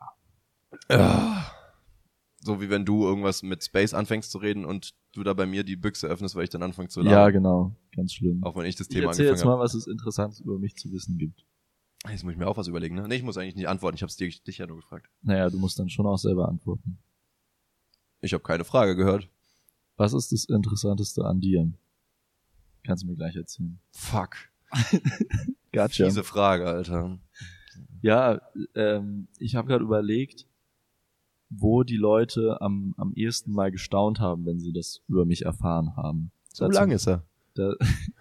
So wie wenn du irgendwas mit Space anfängst zu reden und du da bei mir die Büchse öffnest, weil ich dann anfange zu Ja, labern. genau. Ganz schlimm. Auch wenn ich das Ich Thema erzähl angefangen jetzt habe. mal, was es Interessantes über mich zu wissen gibt. Jetzt muss ich mir auch was überlegen, ne? Nee, ich muss eigentlich nicht antworten. Ich habe dich ja nur gefragt. Naja, du musst dann schon auch selber antworten. Ich habe keine Frage gehört. Was ist das Interessanteste an dir? Kannst du mir gleich erzählen. Fuck. Gotcha. Diese Frage, Alter. Ja, ich habe gerade überlegt, wo die Leute am ehesten mal gestaunt haben, wenn sie das über mich erfahren haben. So lang ist er. Da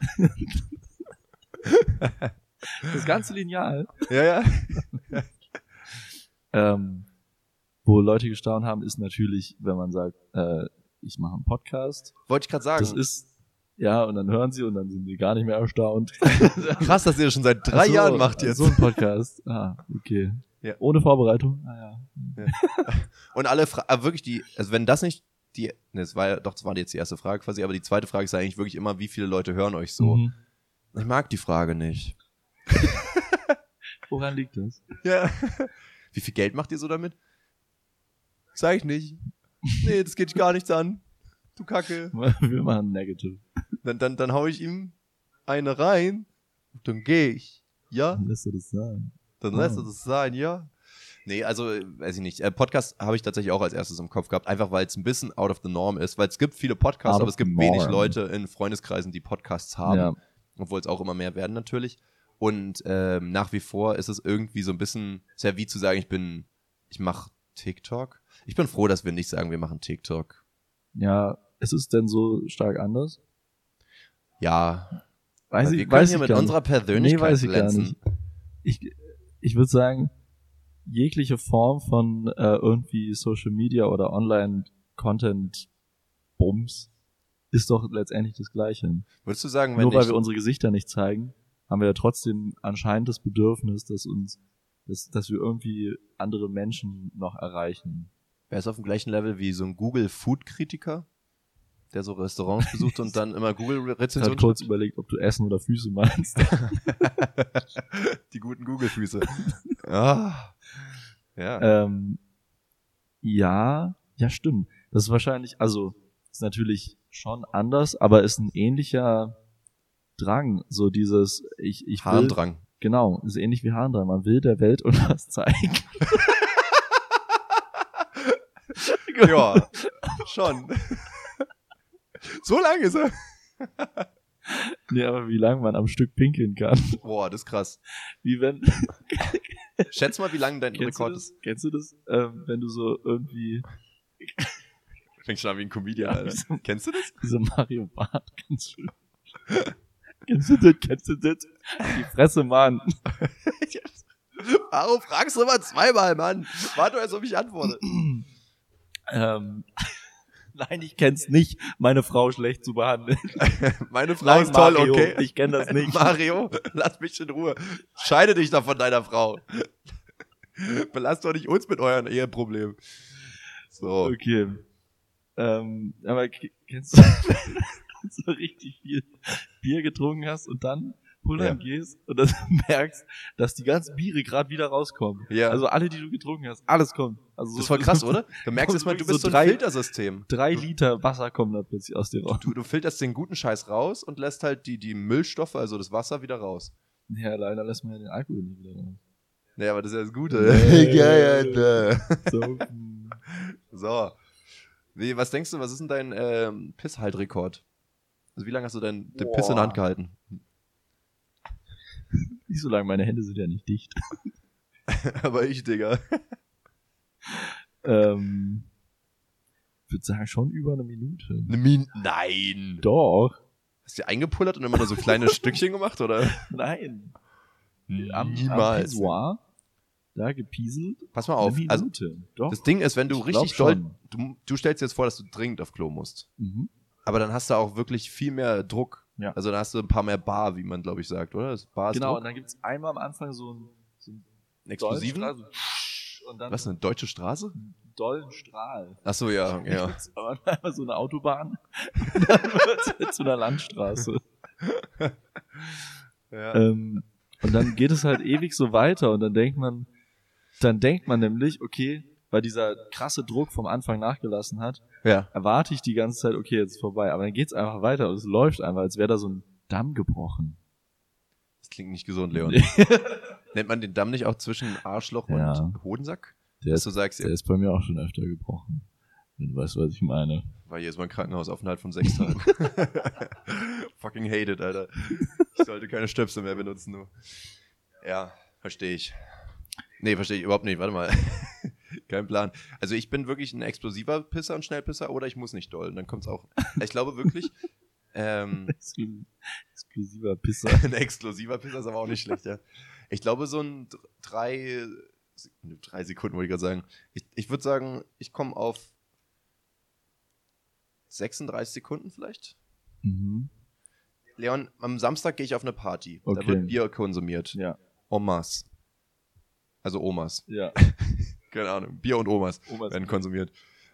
das ganze Lineal. Ja. Wo Leute gestaunt haben, ist natürlich, wenn man sagt, ich mache einen Podcast. Wollte ich gerade sagen. Das ist, ja, und dann hören sie und dann sind sie gar nicht mehr erstaunt. Krass, dass ihr das schon seit 3 Jahren macht jetzt. So ein Podcast. Ah, okay. Ja. Ohne Vorbereitung? Ah, ja. Und alle wirklich also wenn das nicht das war jetzt die erste Frage quasi, aber die zweite Frage ist eigentlich wirklich immer, wie viele Leute hören euch so? Mhm. Ich mag die Frage nicht. Woran liegt das? Ja. Wie viel Geld macht ihr so damit? Sag ich nicht. Nee, das geht gar nichts an. Du Kacke. Wir machen Negative. Dann hau ich ihm eine rein und dann geh ich. Ja? Dann lässt du das sein. Dann lässt du das sein, ja? Nee, also, weiß ich nicht. Podcast habe ich tatsächlich auch als erstes im Kopf gehabt, einfach weil es ein bisschen out of the norm ist, weil es gibt viele Podcasts, aber es gibt wenig Leute in Freundeskreisen, die Podcasts haben. Ja. Obwohl es auch immer mehr werden natürlich. Und nach wie vor ist es irgendwie so ein bisschen, sehr wie zu sagen, ich mache TikTok. Ich bin froh, dass wir nicht sagen, wir machen TikTok. Ja, ist es denn so stark anders? Ja. Weiß wir ich, können weiß hier ich mit gar unserer nicht. Persönlichkeit weiß ich glänzen. gar nicht. Ich würde sagen, jegliche Form von irgendwie Social Media oder Online-Content-Bums ist doch letztendlich das Gleiche. Würdest du sagen, wenn Nur weil wir unsere Gesichter nicht zeigen, haben wir ja trotzdem anscheinend das Bedürfnis, dass wir irgendwie andere Menschen noch erreichen. wäre es auf dem gleichen Level wie so ein Google-Food-Kritiker, der so Restaurants besucht und dann immer Ich habe Google-Rezensionen kurz überlegt, ob du Essen oder Füße meinst. Die guten Google-Füße. Ja. Ja, stimmt. Das ist wahrscheinlich, also ist natürlich schon anders, aber ist ein ähnlicher Drang, so dieses ich will, Harndrang. genau, ist ähnlich wie Harndrang. Man will der Welt was zeigen. Ja, schon. So lang ist er. Nee, aber wie lange man am Stück pinkeln kann. Boah, das ist krass. Wie wenn, Schätz mal, wie lang dein kennst du Rekord das? ist. Kennst du das? Wenn du so irgendwie Fängt schon an wie ein Comedian, Ja, Alter. wieso? Kennst du das? diese Mario Bart ganz schön. Kennst du das? Die Fresse, Mann. Warum fragst du immer zweimal, Mann? Warte, als ob ich antworte. Nein, ich kenn's nicht, meine Frau schlecht zu behandeln. Meine Frau Nein, ist toll, Mario, okay? ich kenn das nicht. Mario, lass mich in Ruhe. Scheide dich doch von deiner Frau. Belasst doch nicht uns mit euren Eheproblemen. So. Okay. Aber kennst du, wenn du so richtig viel Bier getrunken hast und dann pullern gehst und dann merkst, dass die ganzen Biere gerade wieder rauskommen. Ja. Also alle, die du getrunken hast, alles kommt. Also Das ist voll krass, oder? Du merkst erstmal, du bist so ein Filtersystem. 3 Liter Wasser kommen da plötzlich aus dir raus. Du filterst den guten Scheiß raus und lässt halt die Müllstoffe, also das Wasser, wieder raus. Ja, leider lässt man ja den Alkohol nicht wieder raus. Naja, aber das ist ja das Gute. So, So. Was denkst du, was ist denn dein Pisshaltrekord? Also wie lange hast du den Piss in der Hand gehalten? nicht so lange, meine Hände sind ja nicht dicht. Aber ich, Digga. Ich würde sagen, schon über eine Minute. Nein. Doch. Hast du die eingepullert und immer nur so kleine Stückchen gemacht, oder? Nein. Am Niemals. Pissoir, da gepieselt. Pass mal auf. Eine Also, Minute. Doch. das Ding ist, wenn du Ich richtig glaub doll... schon. Du stellst dir jetzt vor, dass du dringend auf Klo musst. Mhm. Aber dann hast du auch wirklich viel mehr Druck. Ja. Also dann hast du ein paar mehr Bar, wie man, glaube ich, sagt, oder? Das Bar ist Genau, Druck. und dann gibt es einmal am Anfang so einen Explosiven? dollen Strahl, und dann Was, eine deutsche Straße? einen dollen Strahl. Achso, ja. Gibt's aber einmal so eine Autobahn und dann wird es zu einer Landstraße. Ja. Und dann geht es halt ewig so weiter und dann denkt man nämlich, okay, weil dieser krasse Druck vom Anfang nachgelassen hat, Ja. erwarte ich die ganze Zeit, okay, jetzt ist vorbei. Aber dann geht's einfach weiter und es läuft einfach, als wäre da so ein Damm gebrochen. Das klingt nicht gesund, Leon. Nennt man den Damm nicht auch zwischen Arschloch Ja. und Hodensack? Der Dass du sagst, ist bei mir auch schon öfter gebrochen. Wenn du weißt, was ich meine. war hier ist mein Krankenhausaufenthalt von 6 Tagen. Fucking hate it, Alter. Ich sollte keine Stöpsel mehr benutzen, nur. Ja, verstehe ich. Nee, verstehe ich überhaupt nicht. Warte mal. Kein Plan. Also ich bin wirklich ein explosiver Pisser und Schnellpisser oder ich muss nicht doll. Und dann kommt's auch. Ich glaube wirklich, Exklusiver Pisser. ein explosiver Pisser ist aber auch nicht schlecht, ja. Ich glaube so ein 3 Sekunden, wollte ich gerade sagen. Ich würde sagen, ich komme auf 36 Sekunden vielleicht. Mhm. Leon, am Samstag gehe ich auf eine Party. Okay. Da wird Bier konsumiert. Ja. Omas. Also Omas. Ja. Keine Ahnung. Bier und Omas Omas. werden konsumiert.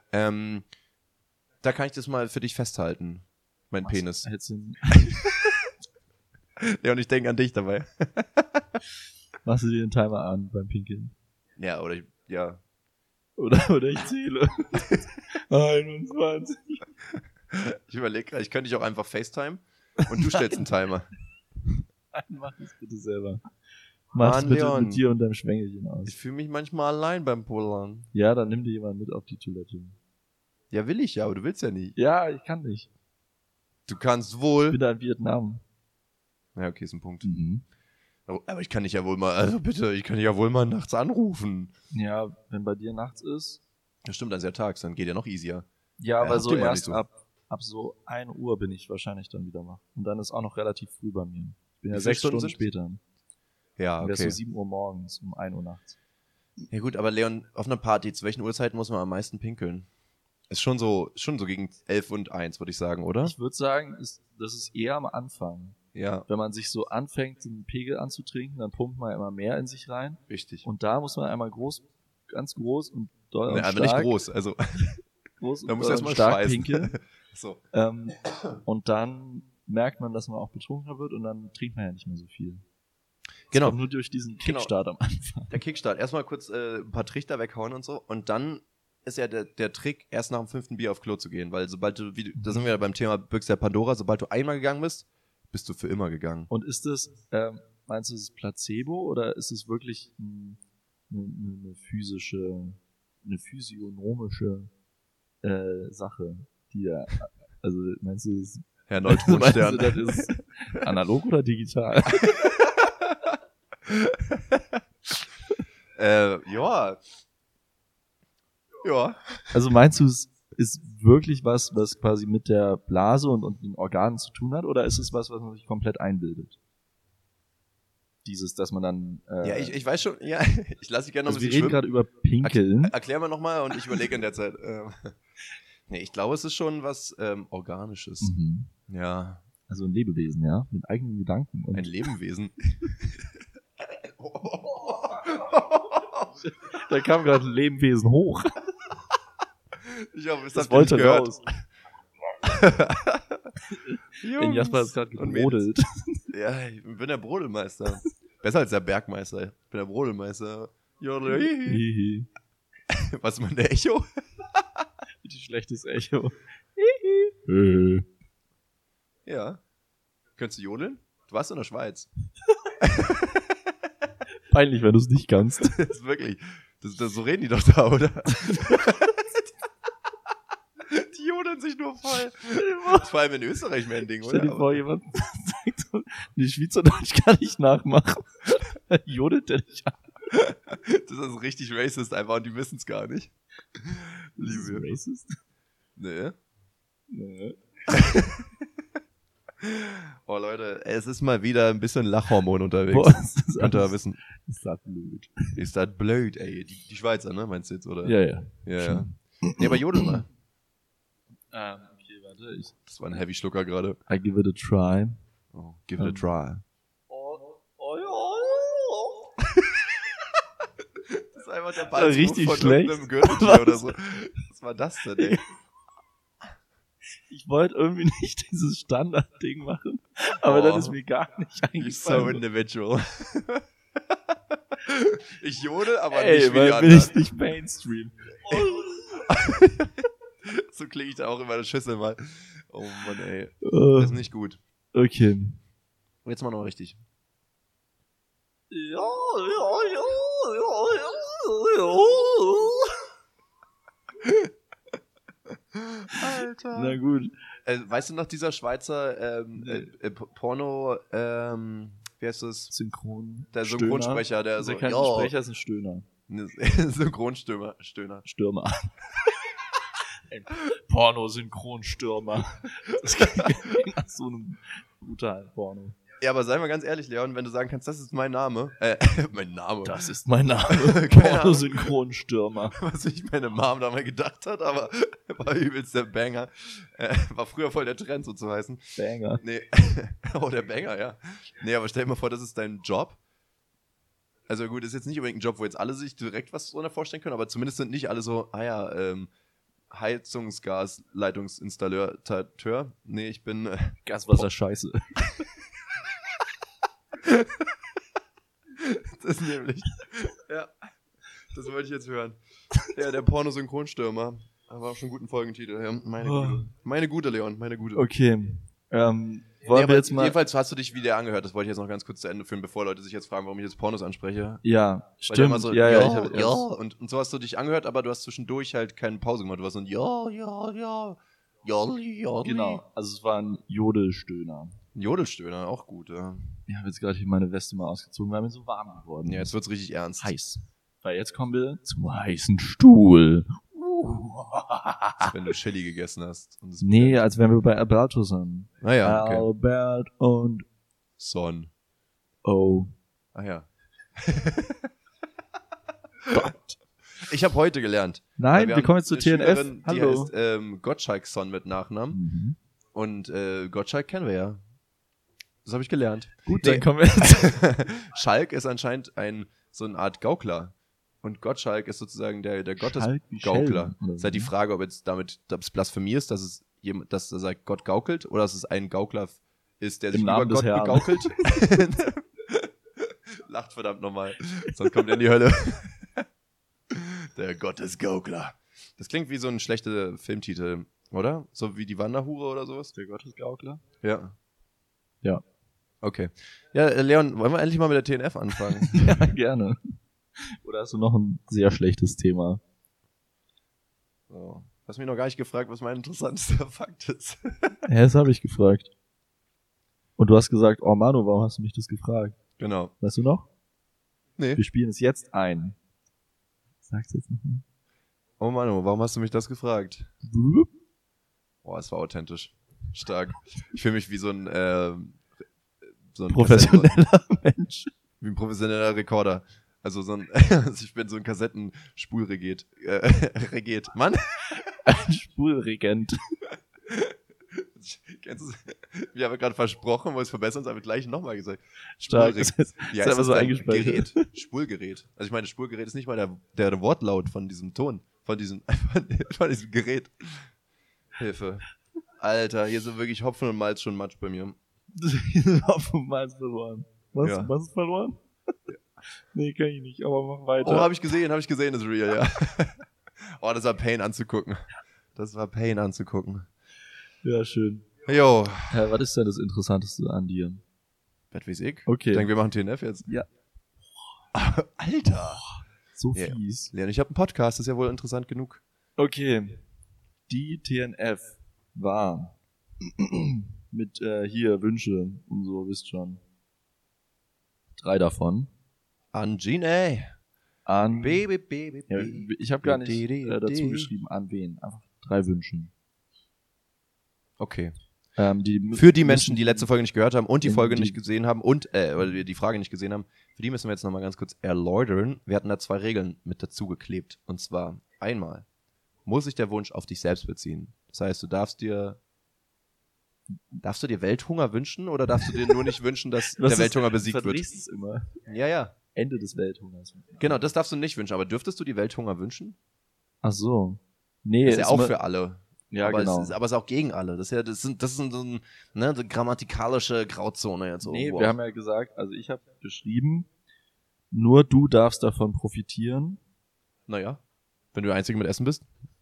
Da kann ich das mal für dich festhalten. Mein Penis. Leon, ich denke an dich dabei. Machst du dir den Timer an beim Pinkeln? Ja, ja. Oder ich zähle. 21. Ich überlege gerade, ich könnte dich auch einfach FaceTime und du stellst einen Timer. Nein, mach das bitte selber. Mach es Mann, bitte Leon. mit dir und deinem Schwängelchen aus. Ich fühle mich manchmal allein beim Pullern. Ja, dann nimm dir jemand mit auf die Toilette. Ja, will ich ja, aber du willst ja nicht. Ja, ich kann nicht. Du kannst Ich wohl. bin da in Vietnam. Ja, okay, ist ein Punkt. Mhm. Aber ich kann dich ja wohl mal, also bitte, ich kann dich ja wohl mal nachts anrufen. Ja, wenn bei dir nachts ist. Das stimmt, dann ist ja tags, dann geht ja noch easier. Ja, aber Ja, so stimmt mal erst nicht so. ab so 1 Uhr bin ich wahrscheinlich dann wieder wach. Und dann ist auch noch relativ früh bei mir. Ich bin ja Wie viele 6 Stunden Stunden später. Ja, Dann wär's okay. so 7 Uhr morgens, um 1 Uhr nachts. Ja gut, aber Leon, auf einer Party, zu welchen Uhrzeiten muss man am meisten pinkeln? Ist schon so gegen 11 und 1, würde ich sagen, oder? Ich würde sagen, das ist eher am Anfang. Ja, Wenn man sich so anfängt, den Pegel anzutrinken, dann pumpt man immer mehr in sich rein. richtig. Und da muss man einmal ganz groß und doll und Nee, aber stark, nicht groß, also groß und da muss doll erstmal und stark schweißen. pinkeln. So. Und dann merkt man, dass man auch betrunkener wird und dann trinkt man ja nicht mehr so viel. Genau. Das kommt nur durch diesen Kickstart am Anfang. Der Kickstart. Erstmal kurz ein paar Trichter weghauen und so. Und dann ist ja der Trick, erst nach dem 5. Bier auf Klo zu gehen. Weil sobald du, da sind wir ja beim Thema Büchse der Pandora, sobald du einmal gegangen bist, bist du für immer gegangen. Und ist es, meinst du, ist es Placebo oder ist es wirklich eine physische, eine physiognomische Sache, die da, also meinst du, das Herr meinst du, Neutronenstern. das ist analog oder digital? Ja. Ja. Also meinst du, es ist wirklich was quasi mit der Blase und den Organen zu tun hat, oder ist es was man sich komplett einbildet? Dieses, dass man dann... Ja, ich weiß schon, ja, ich lasse dich gerne noch also ein wir bisschen reden schwimmen. gerade über Pinkeln. Erklär mal nochmal und ich überlege in der Zeit. Nee, ich glaube, es ist schon was Organisches. Mhm. Ja, Also ein Lebewesen, ja, mit eigenen Gedanken. Und ein Lebewesen. da kam gerade ein Lebewesen hoch. Ich hoffe, Das habt ihr nicht wollte gehört. raus. Jungs Den Jasper ist gerade und Mädels. gebrodelt. Ja, ich bin der Brodelmeister. Besser als der Bergmeister. Ich bin der Brodelmeister. Jodel, hihi. Hihi. Was ist mein der Echo? Richtig schlechtes Echo. Ja. Könntest du jodeln? Du warst in der Schweiz. Peinlich, wenn du es nicht kannst. Das ist wirklich. So reden die doch da, oder? Die jodeln sich nur voll. Das ist vor allem in Österreich mehr ein Ding, Stell dir oder? vor, jemand sagt so, die Schweizerdeutsch kann ich nachmachen. Jodelt der dich an. Das ist richtig racist einfach und die wissen es gar nicht. Ist das racist? Nee. Nee. Oh Leute, es ist mal wieder ein bisschen Lachhormon unterwegs. Boah, ist Könnt ihr wissen. Ist das blöd. Ist das blöd, ey. Die Schweizer, ne, meinst du jetzt, oder? Ja. Ja. Nee, aber jodel mal. Okay, warte. Das war ein Heavy-Schlucker gerade. I give it a try. Oh, give it a try. Das ist einfach der Ball richtig von schlecht. irgendeinem Gürtel oder so. Was war das denn, ey? Ich wollte irgendwie nicht dieses Standardding machen, aber dann ist mir gar nicht You're so eingefallen. individual. Ich jodel, aber Ey, nicht wie die weil bin anderen. ich nicht Mainstream. So klinge ich da auch in meiner Schüssel mal. Oh Mann, ey. Oh, Das ist nicht gut. okay. Jetzt mal noch richtig. Alter. Na gut. Weißt du noch, dieser Schweizer Porno, wie heißt das? Synchron. Der Synchronsprecher, der so, kein Sprecher, ist ein Stöhner. Synchronstöner. Stürmer. Ein Porno-Synchronstürmer. Das klingt nach so einem brutalen Porno. Ja, aber sei mal ganz ehrlich, Leon, wenn du sagen kannst, das ist mein Name. Mein Name. Das ist mein Name. Keine Ahnung. Porno-Synchronstürmer. Was sich meine Mom da mal gedacht hat, aber war übelst der Banger. War früher voll der Trend, so zu heißen. Banger. Nee. Oh, der Banger, ja. Nee, aber stell dir mal vor, das ist dein Job. Also gut, ist jetzt nicht unbedingt ein Job, wo jetzt alle sich direkt was drunter vorstellen können, aber zumindest sind nicht alle so, Heizungsgasleitungsinstallateur. Nee, ich bin... Gaswasser scheiße. Das ist nämlich... Ja, das wollte ich jetzt hören. Ja, der Pornosynchronstürmer. Aber auch schon einen guten Folgentitel. Ja, meine gute, Leon, meine gute. Okay. Wollen wir jetzt mal... Jedenfalls hast du dich wieder angehört. Das wollte ich jetzt noch ganz kurz zu Ende führen, bevor Leute sich jetzt fragen, warum ich jetzt Pornos anspreche. Ja, Weil stimmt. der immer so, ja, ja, ich hab ja. Und so hast du dich angehört, aber du hast zwischendurch halt keine Pause gemacht. Du warst so ein ja. Genau, also es war ein Jodelstöhner. Ein Jodelstöhner, auch gut, ja. Ich habe jetzt gerade hier meine Weste mal ausgezogen, weil mir so warm geworden Ja, ist. jetzt wird's richtig ernst. Heiß. Weil jetzt kommen wir zum heißen Stuhl. Als wenn du Chili gegessen hast. Und Nee, als wären wir bei Alberto sind. Naja, okay. Albert und Son. Oh. Ah ja. Gott. Ich habe heute gelernt. Nein, wir haben kommen jetzt zu eine TNF. Schülerin, Hallo. Die heißt Gottschalk-Son mit Nachnamen. Mhm. Und Gottschalk kennen wir ja. Das habe ich gelernt. Gut, Nee. dann kommen wir jetzt. Schalk ist anscheinend so eine Art Gaukler. Und Gottschalk ist sozusagen der Schalk wie Gottesgaukler. Schelm, oder Es ist halt die wie? Ob es Blasphemie ist, dass er sagt, Gott gaukelt, oder dass es ein Gaukler ist, der sich Im über Namen des Gott Herrn. begaukelt. Lacht verdammt nochmal. Sonst kommt er in die Hölle. Der Gottesgaukler. Das klingt wie so ein schlechter Filmtitel, oder? So wie die Wanderhure oder sowas? Der Gottesgaukler? Ja. Ja. Okay. Ja, Leon, wollen wir endlich mal mit der TNF anfangen? Ja, gerne. Oder hast du noch ein sehr schlechtes Thema? So. Du hast mich noch gar nicht gefragt, was mein interessantester Fakt ist. Ja, das habe ich gefragt. Und du hast gesagt, oh Manu, warum hast du mich das gefragt? Genau. Weißt du noch? Nee. Wir spielen es jetzt ein. Sag's jetzt nochmal. Oh Manu, warum hast du mich das gefragt? Boah, es war authentisch. Stark. Ich fühle mich wie so ein Professioneller Mensch. Wie ein professioneller Rekorder. Also also ich bin so ein Kassettenspulreget. Reget. Mann! Ein Spulregent. Kennst du es? Wir haben gerade versprochen, wo es verbessern, es aber gleich nochmal gesagt. Stark. Spulreg- Das Wie ist heißt einfach das so denn? eingespeichert. Gerät. Spulgerät. Also ich meine, Spulgerät ist nicht mal der Wortlaut von diesem Ton. Von diesem Gerät. Hilfe. Alter, hier sind wirklich Hopfen und Malz schon Matsch bei mir. Hopfen Malz verloren. Was? Ja. Was ist verloren? Nee, kann ich nicht, aber mach weiter. Oh, hab ich gesehen, ist real, ja. Oh, das war Pain anzugucken. Ja, schön. Jo. Was ist denn das Interessanteste an dir? Was weiß ich? Okay. Ich denke, wir machen TNF jetzt. Ja. Alter. So Ja. fies. Leon, ich habe einen Podcast, das ist ja wohl interessant genug. Okay. Die TNF war mit hier Wünsche und so, wisst schon. 3 davon. An Gene. An. Baby. Ja, ich habe gar nicht dazu geschrieben, an wen. Einfach 3 Wünschen. Okay. Die Für die Menschen, die letzte Folge nicht gehört haben und die in Folge die- nicht gesehen haben oder die Frage nicht gesehen haben, für die müssen wir jetzt nochmal ganz kurz erläutern. Wir hatten da 2 Regeln mit dazu geklebt. Und zwar einmal muss sich der Wunsch auf dich selbst beziehen. Das heißt, du darfst dir Welthunger wünschen oder darfst du dir nur nicht wünschen, dass der Welthunger besiegt wird? Es immer. Ja. Ende des Welthungers. Genau, das darfst du nicht wünschen. Aber dürftest du die Welthunger wünschen? Ach so. Nee, Ist ja auch für alle. Ja, aber genau. es ist auch gegen alle. Das ist so eine grammatikalische Grauzone jetzt. Nee, wir haben ja gesagt, also ich habe geschrieben, nur du darfst davon profitieren. Naja, wenn du der Einzige mit Essen bist.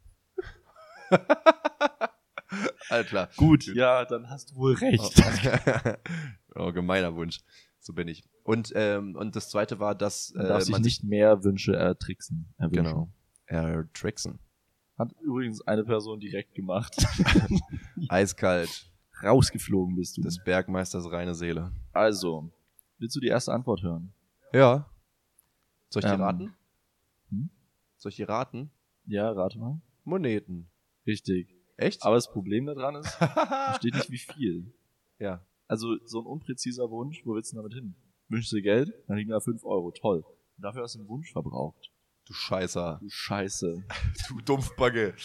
Alles klar. Gut, ja, dann hast du wohl recht. Oh, gemeiner Wunsch. So bin ich. Und das zweite war, dass Man darf sich man nicht mehr Wünsche erwünschen. Genau. Ertricksen. Hat übrigens eine Person direkt gemacht. Eiskalt. Rausgeflogen bist du. Des Bergmeisters reine Seele. Also, willst du die erste Antwort hören? Ja. Soll ich die Ähm, raten? hm? Soll ich die raten? Ja, rate mal. Moneten. Richtig. Echt? Aber das Problem daran ist, da steht nicht wie viel. Ja. Also so ein unpräziser Wunsch, wo willst du damit hin? Wünschst du dir Geld? Dann liegen da 5 Euro. Toll. Und dafür hast du einen Wunsch verbraucht. Du Scheißer. Du Scheiße. Du Dumpfbagge.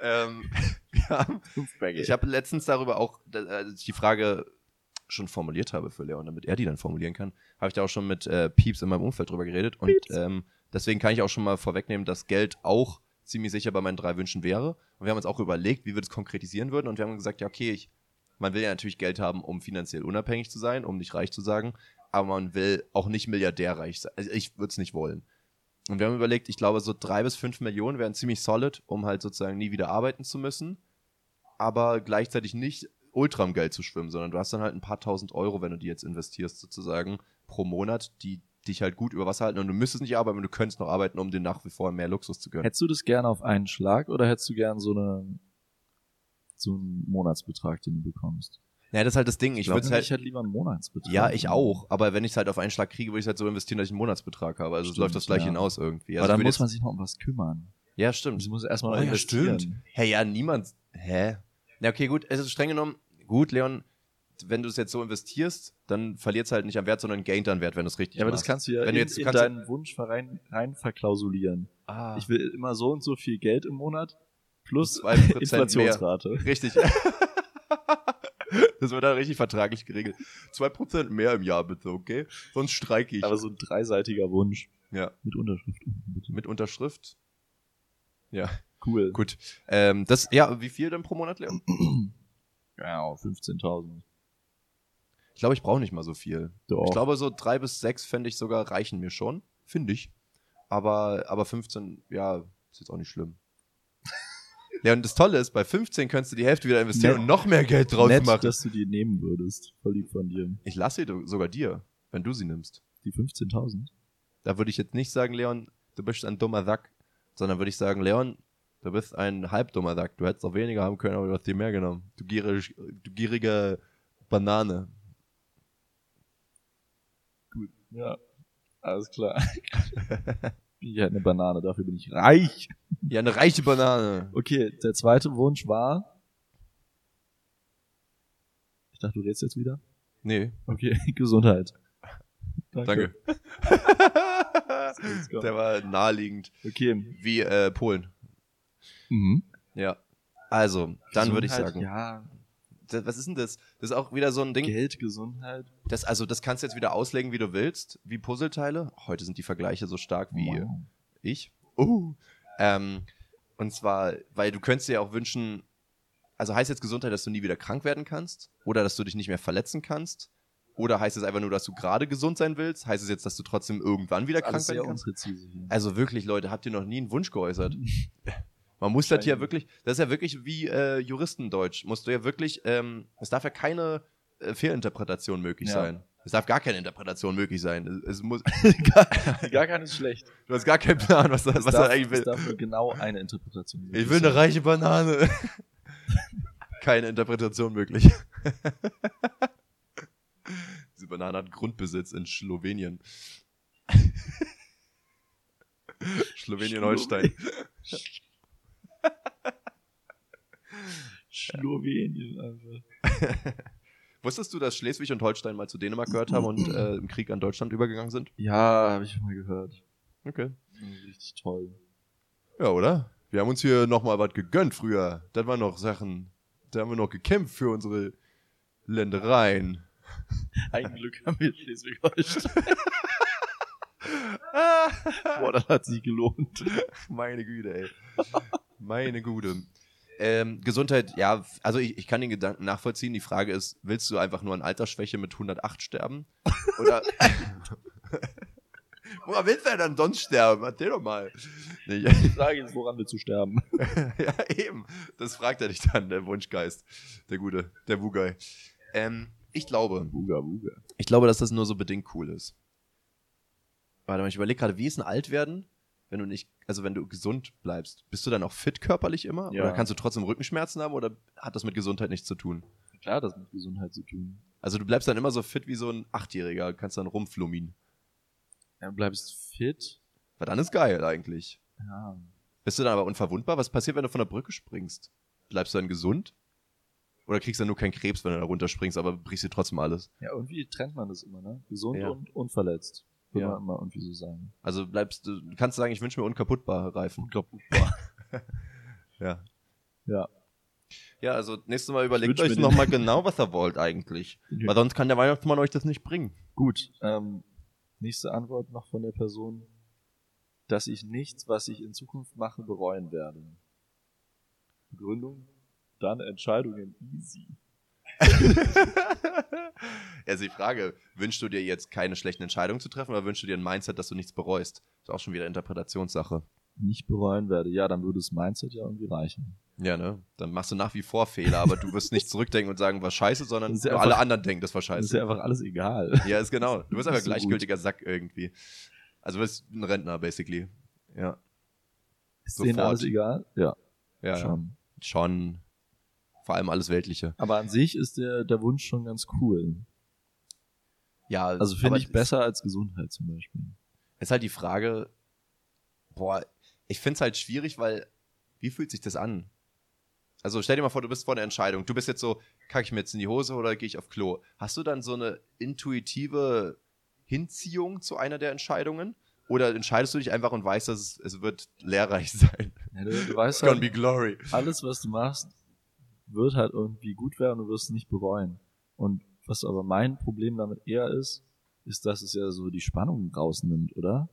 Ich habe letztens darüber auch, als ich die Frage schon formuliert habe für Leon, damit er die dann formulieren kann, habe ich da auch schon mit Pieps in meinem Umfeld drüber geredet. Und deswegen kann ich auch schon mal vorwegnehmen, dass Geld auch ziemlich sicher bei meinen 3 Wünschen wäre. Und wir haben uns auch überlegt, wie wir das konkretisieren würden. Und wir haben gesagt, ja okay, man will ja natürlich Geld haben, um finanziell unabhängig zu sein, um nicht reich zu sagen. Aber man will auch nicht milliardärreich sein. Also ich würde es nicht wollen. Und wir haben überlegt, ich glaube, so 3 bis 5 Millionen wären ziemlich solid, um halt sozusagen nie wieder arbeiten zu müssen, aber gleichzeitig nicht ultra im Geld zu schwimmen, sondern du hast dann halt ein paar tausend Euro, wenn du die jetzt investierst, sozusagen pro Monat, die dich halt gut über Wasser halten und du müsstest nicht arbeiten, und du könntest noch arbeiten, um dir nach wie vor mehr Luxus zu gönnen. Hättest du das gerne auf einen Schlag oder hättest du gern so einen Monatsbetrag, den du bekommst? Ja, das ist halt das Ding. Ich würde hätte lieber einen Monatsbetrag. Ja, ich auch. Aber wenn ich es halt auf einen Schlag kriege, würde ich es halt so investieren, dass ich einen Monatsbetrag habe. Also Stimmt, läuft das gleich ja. hinaus irgendwie. Aber Also dann ich muss würd man sich noch um was kümmern. Ja, stimmt. Ich muss erstmal Ja, investieren. stimmt. Hey, ja, niemand. Hä? Na, okay, gut. Es ist streng genommen. Gut, Leon, wenn du es jetzt so investierst, dann verliert es halt nicht an Wert, sondern gaint an Wert, wenn du es richtig Ja, aber machst. das kannst du ja Wenn du jetzt- du in kannst- deinen Wunsch rein verklausulieren. Ah, Ich will immer so und so viel Geld im Monat plus 2% Inflationsrate. richtig. Das wird dann richtig vertraglich geregelt. 2% mehr im Jahr bitte, okay? Sonst streike ich. Aber so ein dreiseitiger Wunsch. Ja. Mit Unterschrift. Bitte. Mit Unterschrift? Ja, Cool. gut. Wie viel denn pro Monat, Leon? Ja, 15.000. Ich glaube, ich brauche nicht mal so viel. Doch. Ich glaube, so 3 bis 6 fände ich sogar reichen mir schon. Finde ich. Aber 15, ja, ist jetzt auch nicht schlimm. Ja, und das Tolle ist, bei 15 könntest du die Hälfte wieder investieren Nett. und noch mehr Geld draus Nett, machen. dass du die nehmen würdest. Voll lieb von dir. Ich lasse sie sogar dir, wenn du sie nimmst. Die 15.000? Da würde ich jetzt nicht sagen, Leon, du bist ein dummer Sack, sondern würde ich sagen, Leon, du bist ein halbdummer Sack. Du hättest auch weniger haben können, aber du hast dir mehr genommen. Du gierige Banane. Gut. Ja. Alles klar. Ich hätte eine Banane, dafür bin ich reich. Ja, eine reiche Banane. Okay, der zweite Wunsch war. Ich dachte, du redest jetzt wieder? Nee, Okay, Gesundheit. danke. Let's go. Der war naheliegend. Okay. Wie Polen. Mhm. Ja. Also, dann würde ich Gesundheit, sagen, Ja, was ist denn das? Das ist auch wieder so ein Ding. Geld, Gesundheit. Das kannst du jetzt wieder auslegen, wie du willst, wie Puzzleteile. Heute sind die Vergleiche so stark wie Wow. ich. Und zwar, weil du könntest dir ja auch wünschen, also heißt jetzt Gesundheit, dass du nie wieder krank werden kannst? Oder dass du dich nicht mehr verletzen kannst? Oder heißt es einfach nur, dass du gerade gesund sein willst? Heißt es jetzt, dass du trotzdem irgendwann wieder krank Alles sehr werden kannst? unpräzise hier. Also wirklich, Leute, habt ihr noch nie einen Wunsch geäußert? Man muss das ja wirklich, das ist ja wirklich wie Juristendeutsch. Musst du ja wirklich, es darf ja keine Fehlinterpretation möglich Ja. sein. Es darf gar keine Interpretation möglich sein. Es muss, Gar keines schlecht. du hast gar keinen Plan, was er eigentlich Es will. darf nur genau eine Interpretation Ich will eine reiche Banane. Keine Interpretation möglich. Diese Banane hat Grundbesitz in Slowenien. Slowenien-Holstein. Slowenien, einfach. Wusstest du, dass Schleswig und Holstein mal zu Dänemark gehört haben und im Krieg an Deutschland übergegangen sind? Ja, habe ich mal gehört. Okay. Richtig toll. Ja, oder? Wir haben uns hier nochmal was gegönnt früher. Das waren noch Sachen, da haben wir noch gekämpft für unsere Ländereien. Ein Glück haben wir Schleswig-Holstein. Boah, das hat sich gelohnt. Meine Güte, ey. Meine Güte. Gesundheit, ja, also ich kann den Gedanken nachvollziehen. Die Frage ist, willst du einfach nur an Altersschwäche mit 108 sterben? Oder woran willst du denn dann sonst sterben? Erzähl doch mal. Nee, Die Frage ist, woran willst du sterben? ja, eben. Das fragt er dich dann, der Wunschgeist. Der Gute, der Wugai. Ich glaube, dass das nur so bedingt cool ist. Warte mal, ich überlege gerade, wie ist ein Altwerden, wenn du gesund bleibst? Bist du dann auch fit körperlich immer? Ja. Oder kannst du trotzdem Rückenschmerzen haben? Oder hat das mit Gesundheit nichts zu tun? Klar, das hat mit Gesundheit zu tun. Also du bleibst dann immer so fit wie so ein 8-Jähriger, kannst dann rumflummen. Ja, du bleibst fit. Weil dann ist geil eigentlich. Ja. Bist du dann aber unverwundbar? Was passiert, wenn du von der Brücke springst? Bleibst du dann gesund? Oder kriegst du dann nur keinen Krebs, wenn du da runterspringst, aber brichst dir trotzdem alles? Ja, irgendwie trennt man das immer, ne? Gesund Ja. und unverletzt. Würde Ja. man immer irgendwie so sagen. Also du kannst sagen, ich wünsche mir unkaputtbare Reifen. Unkaputtbar. Ja. Ja. Ja, also nächstes Mal überlegt wünsch euch mir nochmal genau, was ihr wollt eigentlich. Ja. Weil sonst kann der Weihnachtsmann euch das nicht bringen. Gut. Nächste Antwort noch von der Person, dass ich nichts, was ich in Zukunft mache, bereuen werde. Begründung? Dann Entscheidungen easy. Also die Frage, wünschst du dir jetzt keine schlechten Entscheidungen zu treffen oder wünschst du dir ein Mindset, dass du nichts bereust? Das ist auch schon wieder Interpretationssache. Nicht bereuen werde. Ja, dann würde das Mindset ja irgendwie reichen. Ja, ne? Dann machst du nach wie vor Fehler, aber du wirst nicht zurückdenken und sagen, war scheiße, sondern Das ist ja nur einfach- alle anderen denken, das war Das ist scheiße. ja einfach alles egal. Ja, ist genau. Du bist einfach Das ist so gleichgültiger Sack irgendwie. Also du bist ein Rentner, basically. Ja. Ist denen Sofort. alles egal? Ja, Ja, schon. Schon. Vor allem alles Weltliche. Aber an sich ist der Wunsch schon ganz cool. Ja, Also finde aber ich besser als Gesundheit zum Beispiel. Ist halt die Frage, ich finde es halt schwierig, weil, wie fühlt sich das an? Also stell dir mal vor, du bist vor einer Entscheidung. Du bist jetzt so, kacke ich mir jetzt in die Hose oder gehe ich auf Klo? Hast du dann so eine intuitive Hinziehung zu einer der Entscheidungen? Oder entscheidest du dich einfach und weißt, dass es wird lehrreich sein? Ja, du weißt It's gonna halt, be glory. alles, was du machst, wird halt irgendwie gut werden und du wirst es nicht bereuen. Und was aber mein Problem damit eher ist, dass es ja so die Spannung rausnimmt, oder?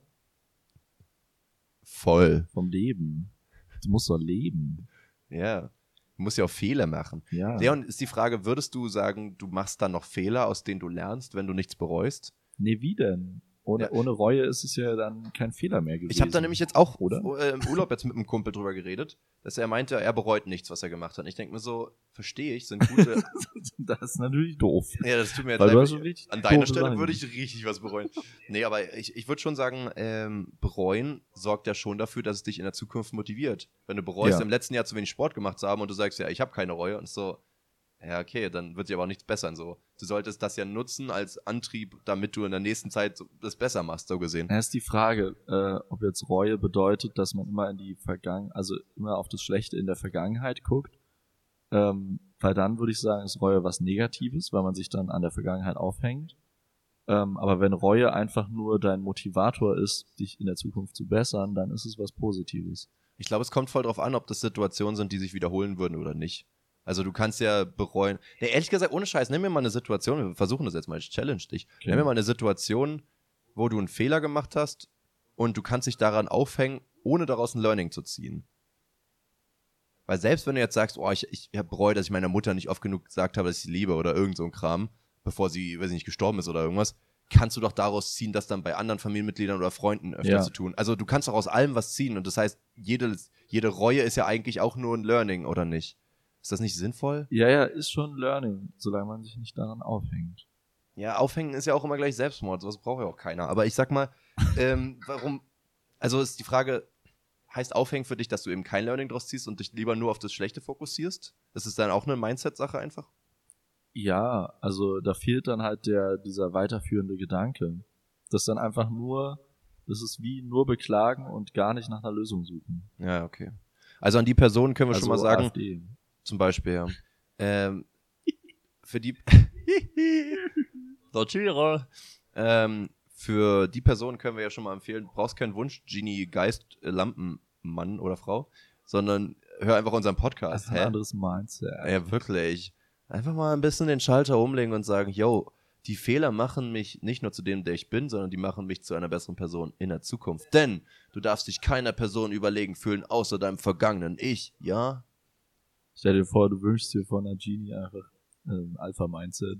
Voll. Vom Leben. Du musst doch leben. Ja. Du musst ja auch Fehler machen. Ja. Leon, ist die Frage, würdest du sagen, du machst dann noch Fehler, aus denen du lernst, wenn du nichts bereust? Nee, wie denn? Ohne Reue ist es ja dann kein Fehler mehr gewesen. Ich habe da nämlich jetzt auch Oder? Im Urlaub jetzt mit einem Kumpel drüber geredet, dass er meinte, er bereut nichts, was er gemacht hat. Und ich denke mir so, verstehe ich, sind gute... Das ist natürlich doof. Ja, das tut mir jetzt Weil du leid. hast schon richtig An deiner doofe Stelle Sachen würde ich richtig was bereuen. Nee, aber ich würde schon sagen, bereuen sorgt ja schon dafür, dass es dich in der Zukunft motiviert. Wenn du bereust, Ja. im letzten Jahr zu wenig Sport gemacht zu haben und du sagst, ja, ich habe keine Reue und so, ja, okay, dann wird sich aber auch nichts bessern so. Du solltest das ja nutzen als Antrieb, damit du in der nächsten Zeit das besser machst, so gesehen. Ja, ist die Frage, ob jetzt Reue bedeutet, dass man immer in die also immer auf das Schlechte in der Vergangenheit guckt. Weil dann würde ich sagen, ist Reue was Negatives, weil man sich dann an der Vergangenheit aufhängt. Aber wenn Reue einfach nur dein Motivator ist, dich in der Zukunft zu bessern, dann ist es was Positives. Ich glaube, es kommt voll drauf an, ob das Situationen sind, die sich wiederholen würden oder nicht. Also du kannst ja bereuen. Nee, ehrlich gesagt, ohne Scheiß, nimm mir mal eine Situation, wir versuchen das jetzt mal, ich challenge dich. Okay. Nimm mir mal eine Situation, wo du einen Fehler gemacht hast und du kannst dich daran aufhängen, ohne daraus ein Learning zu ziehen. Weil selbst wenn du jetzt sagst, ich bereue, dass ich meiner Mutter nicht oft genug gesagt habe, dass ich sie liebe oder irgend so ein Kram, bevor sie, weiß ich nicht, gestorben ist oder irgendwas, kannst du doch daraus ziehen, das dann bei anderen Familienmitgliedern oder Freunden öfter zu tun. Also du kannst doch aus allem was ziehen und das heißt, jede Reue ist ja eigentlich auch nur ein Learning, oder nicht? Ist das nicht sinnvoll? Ja, ist schon Learning, solange man sich nicht daran aufhängt. Ja, aufhängen ist ja auch immer gleich Selbstmord, sowas braucht ja auch keiner. Aber ich sag mal, warum, also ist die Frage, heißt Aufhängen für dich, dass du eben kein Learning draus ziehst und dich lieber nur auf das Schlechte fokussierst? Ist es dann auch eine Mindset-Sache einfach? Ja, also da fehlt dann halt dieser weiterführende Gedanke. Dass dann einfach nur Das ist wie nur beklagen und gar nicht nach einer Lösung suchen. Ja, okay. Also an die Personen können wir schon mal sagen, AfD. zum Beispiel, ja. Für die für die Person können wir ja schon mal empfehlen, du brauchst keinen Wunsch, Genie, Geist, Lampenmann oder Frau, sondern hör einfach unseren Podcast. Das ist ein anderes Mindset. Ja, wirklich. Einfach mal ein bisschen den Schalter umlegen und sagen, yo, die Fehler machen mich nicht nur zu dem, der ich bin, sondern die machen mich zu einer besseren Person in der Zukunft. Denn du darfst dich keiner Person überlegen fühlen, außer deinem vergangenen Ich, ja? Stell dir vor, du wünschst dir von einer Genie einfach Alpha-Mindset.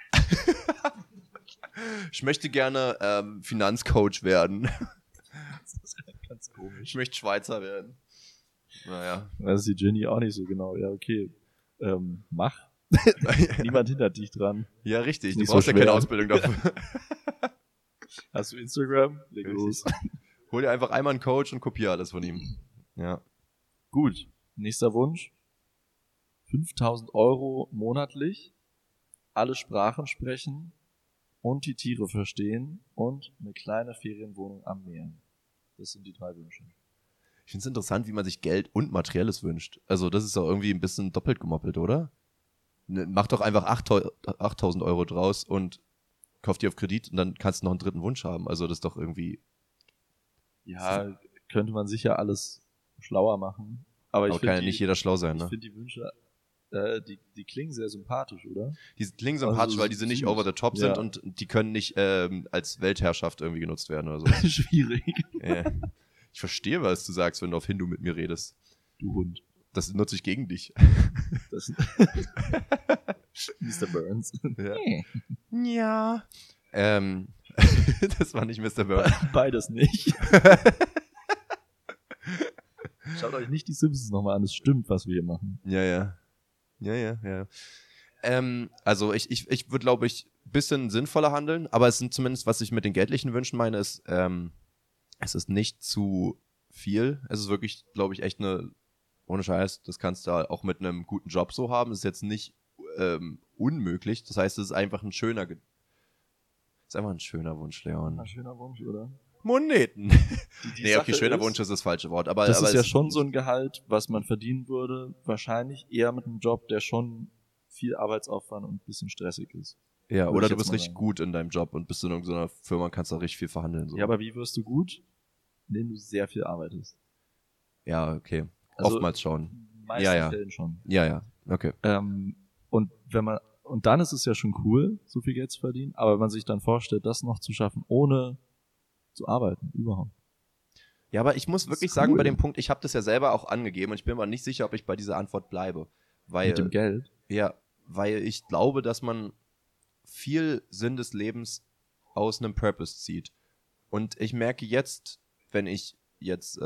Ich möchte gerne Finanzcoach werden. Das ist ganz komisch. Ich möchte Schweizer werden. Naja. Das ist die Genie auch nicht so genau. Ja, okay. Mach. Niemand hindert dich dran. Ja, richtig. Du Nicht brauchst so ja keine schwer. Ausbildung dafür. Hast du Instagram? Leg los. Hol dir einfach einmal einen Coach und kopier alles von ihm. Ja. Gut. Nächster Wunsch. 5.000 € monatlich. Alle Sprachen sprechen. Und die Tiere verstehen. Und eine kleine Ferienwohnung am Meer. Das sind die 3 Wünsche. Ich finde es interessant, wie man sich Geld und Materielles wünscht. Also das ist doch irgendwie ein bisschen doppelt gemoppelt, oder? Mach doch einfach 8.000 € draus und kauf die auf Kredit und dann kannst du noch einen dritten Wunsch haben. Also das ist doch irgendwie... Ja, könnte man sicher alles schlauer machen. Aber ich Aber kann ja finde nicht jeder schlau sein, ich ne? finde die Wünsche, die klingen sehr sympathisch, oder? Die klingen sympathisch, Also weil die sind nicht süß. over the top Ja. sind und die können nicht als Weltherrschaft irgendwie genutzt werden oder so. Schwierig. Ja. Ich verstehe, was du sagst, wenn du auf Hindu mit mir redest. Du Hund. Das nutze ich gegen dich. Das Mr. Burns. Ja. Ja. Das war nicht Mr. Burns. Beides nicht. Schaut euch nicht die Simpsons nochmal an, es stimmt, was wir hier machen. Ja. Also ich würde, glaube ich, ein bisschen sinnvoller handeln, aber es sind zumindest, was ich mit den geldlichen Wünschen meine, ist, es ist nicht zu viel. Es ist wirklich, glaube ich, echt ohne Scheiß, das kannst du auch mit einem guten Job so haben. Es ist jetzt nicht unmöglich. Das heißt, es ist einfach ein schöner Wunsch, Leon. Ein schöner Wunsch, oder? Moneten. Nee, okay, Sache schöner ist, Wunsch ist das falsche Wort. Aber, Das aber ist ja es- schon so ein Gehalt, was man verdienen würde, wahrscheinlich eher mit einem Job, der schon viel Arbeitsaufwand und ein bisschen stressig ist. Ja, Würde oder ich du jetzt bist mal richtig sagen. gut in deinem Job und bist in irgendeiner Firma und kannst da richtig viel verhandeln. So. Ja, aber wie wirst du gut? Indem du sehr viel arbeitest. Ja, okay. Also, Oftmals schon. In den meisten Ja. Fällen schon. Ja, okay. Und dann ist es ja schon cool, so viel Geld zu verdienen, aber wenn man sich dann vorstellt, das noch zu schaffen, ohne zu arbeiten, überhaupt. Ja, aber ich muss ist wirklich sagen, cool. bei dem Punkt, ich habe das ja selber auch angegeben und ich bin mir nicht sicher, ob ich bei dieser Antwort bleibe. Weil, Mit dem Geld. ja, weil ich glaube, dass man viel Sinn des Lebens aus einem Purpose zieht. Und ich merke jetzt, wenn ich jetzt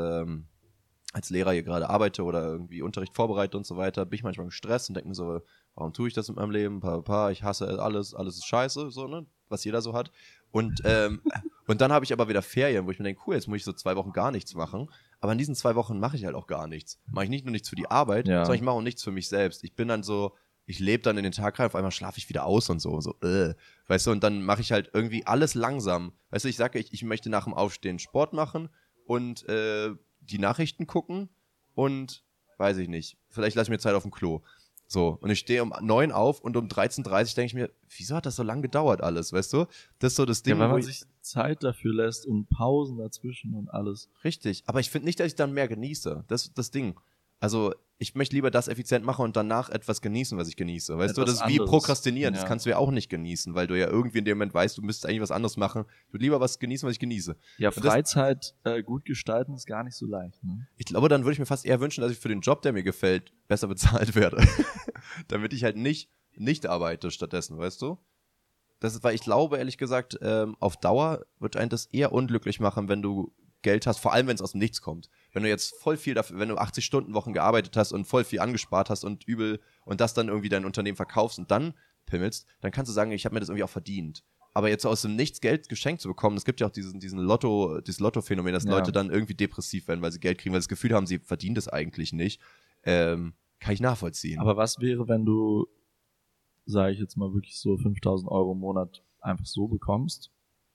als Lehrer hier gerade arbeite oder irgendwie Unterricht vorbereite und so weiter, bin ich manchmal gestresst und denke mir so, warum tue ich das mit meinem Leben? Ich hasse alles ist scheiße, so, ne? Was jeder so hat. Und dann habe ich aber wieder Ferien, wo ich mir denke, cool, jetzt muss ich so 2 Wochen gar nichts machen. Aber in diesen 2 Wochen mache ich halt auch gar nichts. Mache ich nicht nur nichts für die Arbeit, Ja. sondern ich mache auch nichts für mich selbst. Ich bin dann so, ich lebe dann in den Tag rein, auf einmal schlafe ich wieder aus und so. Weißt du, und dann mache ich halt irgendwie alles langsam. Weißt du, ich sage, ich möchte nach dem Aufstehen Sport machen und die Nachrichten gucken und, weiß ich nicht, vielleicht lasse ich mir Zeit auf dem Klo. So, und ich stehe um 9 auf und um 13:30 denke ich mir, wieso hat das so lange gedauert alles, weißt du? Das ist so das Ding, Ja, weil wo man ich, sich Zeit dafür lässt und Pausen dazwischen und alles. richtig, aber ich finde nicht, dass ich dann mehr genieße. Das ist das Ding. Also, ich möchte lieber das effizient machen und danach etwas genießen, was ich genieße. Weißt du, Etwas das ist wie anderes. Prokrastinieren. Das Ja. kannst du ja auch nicht genießen, weil du ja irgendwie in dem Moment weißt, du müsstest eigentlich was anderes machen. Ich würde lieber was genießen, was ich genieße. Ja, Und das- Freizeit gut gestalten ist gar nicht so leicht. Ne? Ich glaube, dann würde ich mir fast eher wünschen, dass ich für den Job, der mir gefällt, besser bezahlt werde. Damit ich halt nicht arbeite stattdessen, weißt du? Das ist, weil ich glaube, ehrlich gesagt, auf Dauer wird einen das eher unglücklich machen, wenn du Geld hast, vor allem wenn es aus dem Nichts kommt. Wenn du jetzt voll viel dafür, wenn du 80-Stunden-Wochen gearbeitet hast und voll viel angespart hast und das dann irgendwie dein Unternehmen verkaufst und dann pimmelst, dann kannst du sagen, ich habe mir das irgendwie auch verdient. Aber jetzt aus dem Nichts Geld geschenkt zu bekommen, es gibt ja auch dieses Lotto-Phänomen, dass Ja. Leute dann irgendwie depressiv werden, weil sie Geld kriegen, weil sie das Gefühl haben, sie verdienen das eigentlich nicht. Kann ich nachvollziehen. Aber was wäre, wenn du, sage ich jetzt mal, wirklich so 5.000 € im Monat einfach so bekommst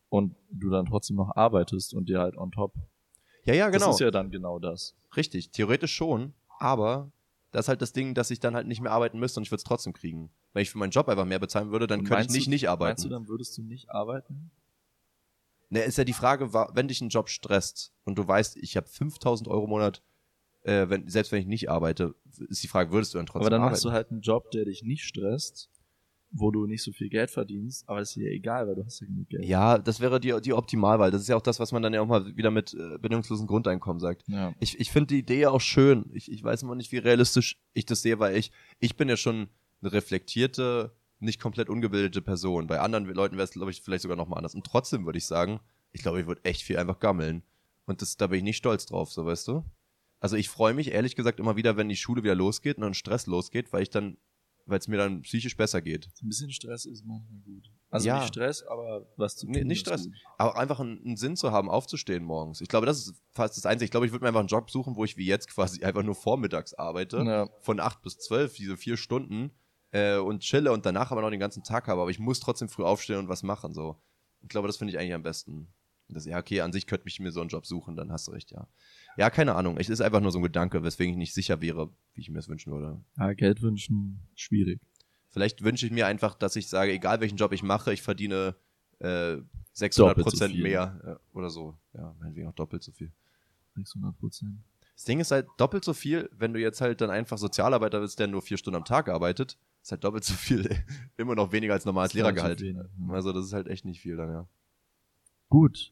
und du dann trotzdem noch arbeitest und dir halt on top. Ja, genau. Das ist ja dann genau das. Richtig, theoretisch schon, aber das ist halt das Ding, dass ich dann halt nicht mehr arbeiten müsste und ich würde es trotzdem kriegen. Wenn ich für meinen Job einfach mehr bezahlen würde, dann Und könnte ich nicht arbeiten. Meinst du, dann würdest du nicht arbeiten? Ne, ist ja die Frage, wenn dich ein Job stresst und du weißt, ich habe 5.000 Euro im Monat, selbst wenn ich nicht arbeite, ist die Frage, würdest du dann trotzdem aber dann arbeiten? machst du halt einen Job, der dich nicht stresst, wo du nicht so viel Geld verdienst, aber das ist dir egal, weil du hast ja genug Geld. Ja, das wäre die Optimalwahl. Das ist ja auch das, was man dann ja auch mal wieder mit bedingungslosem Grundeinkommen sagt. Ja. Ich finde die Idee ja auch schön. Ich weiß immer nicht, wie realistisch ich das sehe, weil ich bin ja schon eine reflektierte, nicht komplett ungebildete Person. Bei anderen Leuten wäre es, glaube ich, vielleicht sogar nochmal anders. Und trotzdem würde ich sagen, ich glaube, ich würde echt viel einfach gammeln. Und da bin ich nicht stolz drauf, so weißt du? Also ich freue mich ehrlich gesagt immer wieder, wenn die Schule wieder losgeht und dann Stress losgeht, weil es mir dann psychisch besser geht. So ein bisschen Stress ist manchmal gut. Also Ja. nicht Stress, aber was zu tun Nicht ist Stress, gut. aber auch einfach einen Sinn zu haben, aufzustehen morgens. Ich glaube, das ist fast das Einzige. Ich glaube, ich würde mir einfach einen Job suchen, wo ich wie jetzt quasi einfach nur vormittags arbeite, Ja. von 8 bis 12, diese 4 Stunden und chille und danach aber noch den ganzen Tag habe. Aber ich muss trotzdem früh aufstehen und was machen. So. Ich glaube, das finde ich eigentlich am besten. Ja, okay, an sich könnte ich mir so einen Job suchen, dann hast du recht, ja. Ja, keine Ahnung. Es ist einfach nur so ein Gedanke, weswegen ich nicht sicher wäre, wie ich mir das wünschen würde. Ja, Geld wünschen, schwierig. Vielleicht wünsche ich mir einfach, dass ich sage, egal welchen Job ich mache, ich verdiene 600% Doppelt so viel. mehr oder so. Ja, meinetwegen auch doppelt so viel. 600%. Das Ding ist halt doppelt so viel, wenn du jetzt halt dann einfach Sozialarbeiter bist, der nur 4 Stunden am Tag arbeitet. Ist halt doppelt so viel. Immer noch weniger als normales Das ist gar nicht Lehrergehalt. so wenig, ja. Also das ist halt echt nicht viel dann, ja. Gut,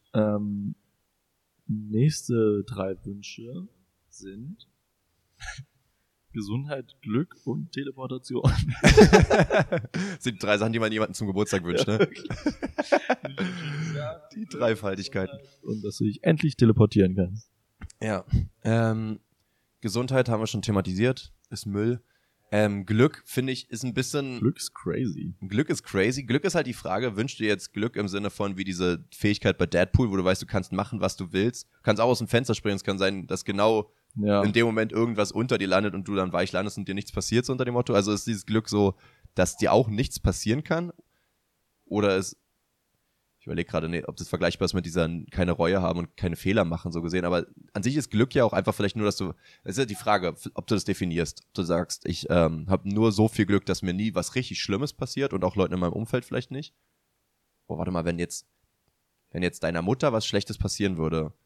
nächste 3 Wünsche sind Gesundheit, Glück und Teleportation. Das sind 3 Sachen, die man jemandem zum Geburtstag wünscht, ne? Die Dreifaltigkeiten. Und dass du dich endlich teleportieren kannst. Ja. Gesundheit haben wir schon thematisiert, ist Müll. Glück, finde ich, ist ein bisschen... Glück ist crazy. Glück ist crazy. Glück ist halt die Frage, wünschst du jetzt Glück im Sinne von wie diese Fähigkeit bei Deadpool, wo du weißt, du kannst machen, was du willst. Du kannst auch aus dem Fenster springen. Es kann sein, dass genau in dem Moment irgendwas unter dir landet und du dann weich landest und dir nichts passiert, so unter dem Motto. Also ist dieses Glück so, dass dir auch nichts passieren kann? Oder ist... Ich überlege gerade, ob das vergleichbar ist mit dieser keine Reue haben und keine Fehler machen, so gesehen. Aber an sich ist Glück ja auch einfach vielleicht nur, dass du... Es ist ja die Frage, ob du das definierst. Ob du sagst, ich habe nur so viel Glück, dass mir nie was richtig Schlimmes passiert und auch Leuten in meinem Umfeld vielleicht nicht. Oh, warte mal, wenn jetzt deiner Mutter was Schlechtes passieren würde,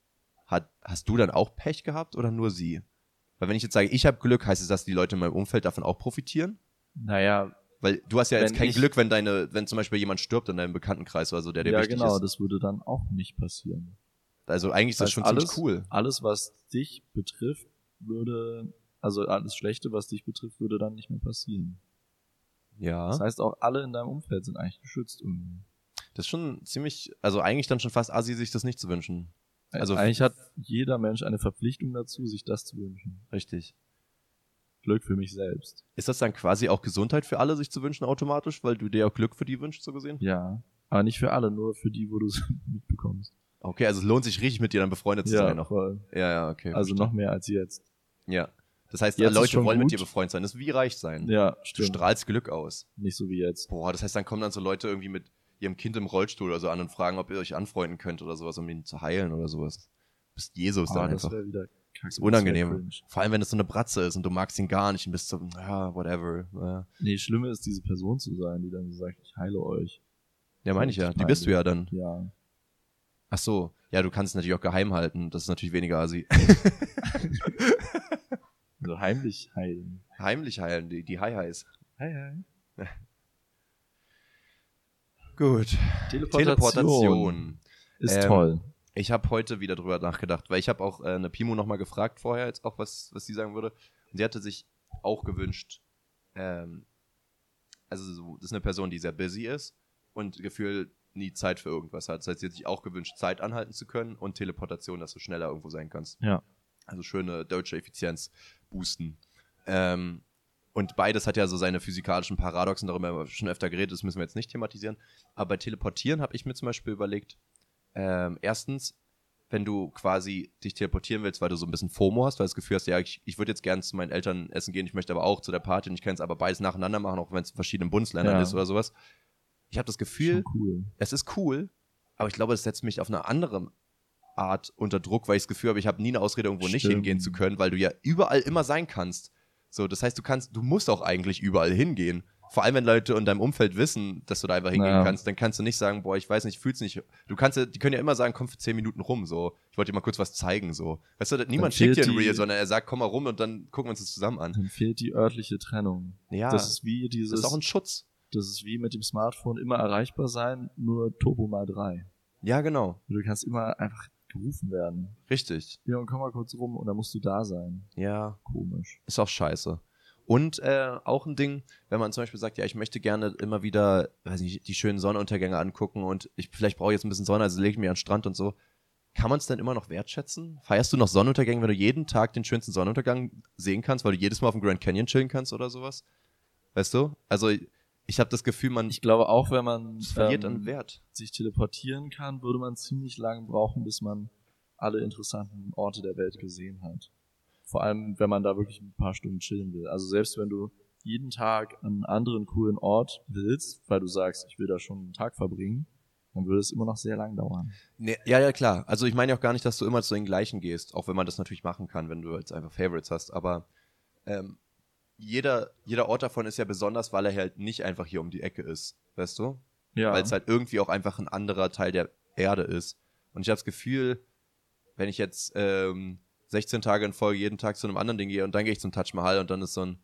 hast du dann auch Pech gehabt oder nur sie? Weil wenn ich jetzt sage, ich habe Glück, heißt es, dass die Leute in meinem Umfeld davon auch profitieren? Naja, Weil du hast ja jetzt Wenn kein ich- Glück, wenn zum Beispiel jemand stirbt in deinem Bekanntenkreis oder so, der dir ja wichtig genau, ist. das würde dann auch nicht passieren. Also eigentlich ist das heißt, schon alles, ziemlich cool. Alles, was dich betrifft, also alles Schlechte, was dich betrifft, würde dann nicht mehr passieren. Ja. Das heißt, auch alle in deinem Umfeld sind eigentlich geschützt irgendwie. Das ist schon ziemlich, also eigentlich dann schon fast assi, sich das nicht zu wünschen. Also Eigentlich hat jeder Mensch eine Verpflichtung dazu, sich das zu wünschen. richtig. Glück für mich selbst. Ist das dann quasi auch Gesundheit für alle, sich zu wünschen automatisch, weil du dir auch Glück für die wünschst, so gesehen? Ja, aber nicht für alle, nur für die, wo du es mitbekommst. Okay, also es lohnt sich richtig mit dir dann befreundet zu sein noch. voll. Ja, okay. Also verstehe. noch mehr als jetzt. Ja. Das heißt, Jetzt ist Leute schon wollen mit gut. dir befreundet sein. Das ist wie reich sein. Ja, Du stimmt. strahlst Glück aus. Nicht so wie jetzt. Boah, das heißt, dann kommen dann so Leute irgendwie mit ihrem Kind im Rollstuhl oder so an und fragen, ob ihr euch anfreunden könnt oder sowas, um ihn zu heilen oder sowas. Du bist Jesus dann Das einfach. wäre wieder kacke. Das ist unangenehm. Das wär cringe. Vor allem, wenn es so eine Bratze ist und du magst ihn gar nicht und bist so, ja, whatever. Ja, Nee, Schlimme ist, diese Person zu sein, die dann so sagt, ich heile euch. ja meine ich ja. Die bist du ja dann. Ja. Ach so. Ja, du kannst es natürlich auch geheim halten. Das ist natürlich weniger assi. So heimlich heilen. Heimlich heilen, die Hi-Hi's. Hi, hi. Gut. Teleportation. Ist toll. Ich habe heute wieder drüber nachgedacht, weil ich habe auch eine Pimo nochmal gefragt vorher, jetzt auch, was sie sagen würde. Und sie hatte sich auch gewünscht, also so, das ist eine Person, die sehr busy ist und gefühlt nie Zeit für irgendwas hat. Das heißt, sie hat sich auch gewünscht, Zeit anhalten zu können und Teleportation, dass du schneller irgendwo sein kannst. Ja. Also schöne deutsche Effizienz boosten. Und beides hat ja so seine physikalischen Paradoxen, darüber haben wir schon öfter geredet, das müssen wir jetzt nicht thematisieren. Aber bei Teleportieren habe ich mir zum Beispiel überlegt, erstens, wenn du quasi dich teleportieren willst, weil du so ein bisschen FOMO hast, weil du das Gefühl hast, ja, ich würde jetzt gerne zu meinen Eltern essen gehen, ich möchte aber auch zu der Party und ich kann es aber beides nacheinander machen, auch wenn es in verschiedenen Bundesländern Ja. ist oder sowas. Ich habe das Gefühl, Schon cool. es ist cool, Aber ich glaube, es setzt mich auf eine andere Art unter Druck, weil ich das Gefühl habe, ich habe nie eine Ausrede, irgendwo nicht Stimmt. hingehen zu können, weil du ja überall immer sein kannst. So, das heißt, du musst auch eigentlich überall hingehen. Vor allem, wenn Leute in deinem Umfeld wissen, dass du da einfach hingehen kannst, dann kannst du nicht sagen, boah, ich weiß nicht, ich fühl's nicht. Die können ja immer sagen, komm für 10 Minuten rum, so. Ich wollte dir mal kurz was zeigen, so. Weißt du, niemand schickt dir ein Reel, sondern er sagt, komm mal rum und dann gucken wir uns das zusammen an. Dann fehlt die örtliche Trennung. Ja, das ist wie dieses. Das ist auch ein Schutz. Das ist wie mit dem Smartphone immer erreichbar sein, nur Turbo mal 3. Ja, genau. Du kannst immer einfach gerufen werden. Richtig. Ja, und komm mal kurz rum und dann musst du da sein. Ja. Komisch. Ist auch scheiße. Und auch ein Ding, wenn man zum Beispiel sagt, ja, ich möchte gerne immer wieder, weiß nicht, die schönen Sonnenuntergänge angucken und vielleicht brauche ich jetzt ein bisschen Sonne, also lege ich mich an den Strand und so. Kann man es denn immer noch wertschätzen? Feierst du noch Sonnenuntergänge, wenn du jeden Tag den schönsten Sonnenuntergang sehen kannst, weil du jedes Mal auf dem Grand Canyon chillen kannst oder sowas? Weißt du? Also ich habe das Gefühl, Ich glaube auch, wenn man verliert an Wert. sich teleportieren kann, würde man ziemlich lange brauchen, bis man alle interessanten Orte der Welt gesehen hat. Vor allem, wenn man da wirklich ein paar Stunden chillen will. Also selbst wenn du jeden Tag an einen anderen coolen Ort willst, weil du sagst, ich will da schon einen Tag verbringen, dann würde es immer noch sehr lang dauern. Nee, ja, klar. Also ich meine ja auch gar nicht, dass du immer zu den gleichen gehst, auch wenn man das natürlich machen kann, wenn du jetzt einfach Favorites hast. Aber jeder Ort davon ist ja besonders, weil er halt nicht einfach hier um die Ecke ist, weißt du? Ja. Weil es halt irgendwie auch einfach ein anderer Teil der Erde ist. Und ich habe das Gefühl, wenn ich jetzt 16 Tage in Folge jeden Tag zu einem anderen Ding gehe und dann gehe ich zum Taj Mahal und dann ist so ein,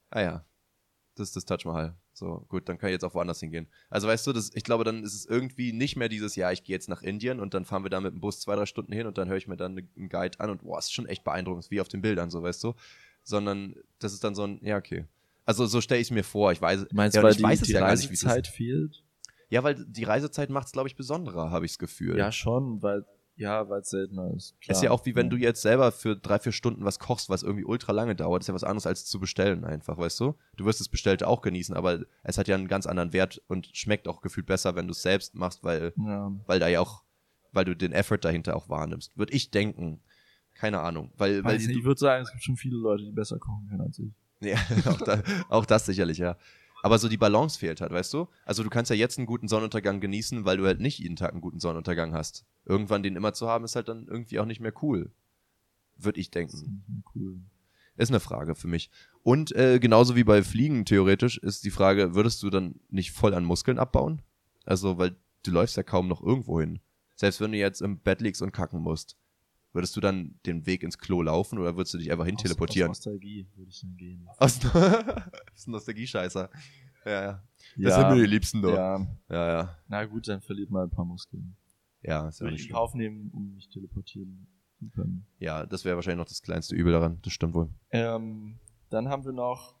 das ist das Taj Mahal. So, gut, dann kann ich jetzt auch woanders hingehen. Also weißt du, ich glaube, dann ist es irgendwie nicht mehr dieses, ja, ich gehe jetzt nach Indien und dann fahren wir da mit dem Bus 2-3 Stunden hin und dann höre ich mir dann einen Guide an und boah, ist schon echt beeindruckend, wie auf den Bildern, so, weißt du? Sondern das ist dann so ein, ja, okay. Also so stelle ich es mir vor. Ich weiß, meinst ja, du, weil ich weiß es die ja gar nicht, wie es Reisezeit ist. fehlt? Ja, weil die Reisezeit macht es, glaube ich, besonderer, habe ich das Gefühl. Ja, schon, weil es seltener ist. Klar. Ist ja auch wie wenn du jetzt selber für 3-4 Stunden was kochst, was irgendwie ultra lange dauert. Ist ja was anderes als zu bestellen einfach, weißt du? Du wirst das Bestellte auch genießen, aber es hat ja einen ganz anderen Wert und schmeckt auch gefühlt besser, wenn du es selbst machst, weil da ja auch, weil du den Effort dahinter auch wahrnimmst. Würde ich denken. Keine Ahnung. Ich würde sagen, es gibt schon viele Leute, die besser kochen können als ich. Ja, auch das sicherlich, ja. Aber so die Balance fehlt halt, weißt du? Also du kannst ja jetzt einen guten Sonnenuntergang genießen, weil du halt nicht jeden Tag einen guten Sonnenuntergang hast. Irgendwann den immer zu haben, ist halt dann irgendwie auch nicht mehr cool. Würde ich denken. Das ist nicht mehr cool. Ist eine Frage für mich. Und genauso wie bei Fliegen theoretisch ist die Frage, würdest du dann nicht voll an Muskeln abbauen? Also, weil du läufst ja kaum noch irgendwo hin. Selbst wenn du jetzt im Bett liegst und kacken musst. Würdest du dann den Weg ins Klo laufen oder würdest du dich einfach hin teleportieren? Aus Nostalgie würde ich dann gehen. Das ist ein Nostalgie-Scheißer. Ja. Das sind mir die Liebsten doch. Ja. Na gut, dann verliert mal ein paar Muskeln. Ja, ist ja Würde nicht ich in schlimm. Kauf nehmen, um mich teleportieren zu können. Ja, das wäre wahrscheinlich noch das kleinste Übel daran. Das stimmt wohl. Dann haben wir noch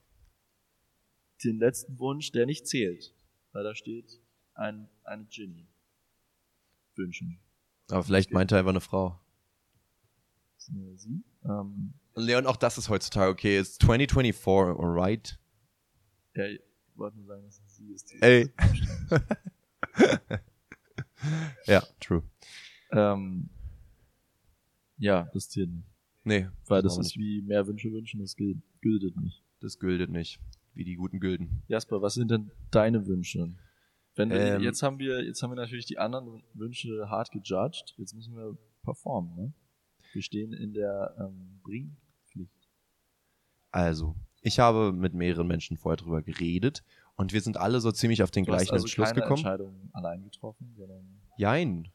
den letzten Wunsch, der nicht zählt. Weil da steht eine Ginny. Wünschen. Aber vielleicht meinte er einfach eine Frau. Sie? Leon, auch das ist heutzutage okay. It's 2024, alright? Ja, ich wollte nur sagen, dass es sie ist. Ey. Ja, true. Ja, das zählt nicht. Nee. Weil das ist wie mehr Wünsche wünschen, das gültet nicht. Das gültet nicht. Wie die guten Gülden. Jasper, was sind denn deine Wünsche? Jetzt haben wir natürlich die anderen Wünsche hart gejudged. Jetzt müssen wir performen, ne? Wir stehen in der Bringpflicht. Also, ich habe mit mehreren Menschen vorher drüber geredet und wir sind alle so ziemlich auf den gleichen Entschluss gekommen. Du hast also keine Entscheidung allein getroffen, sondern... Jein.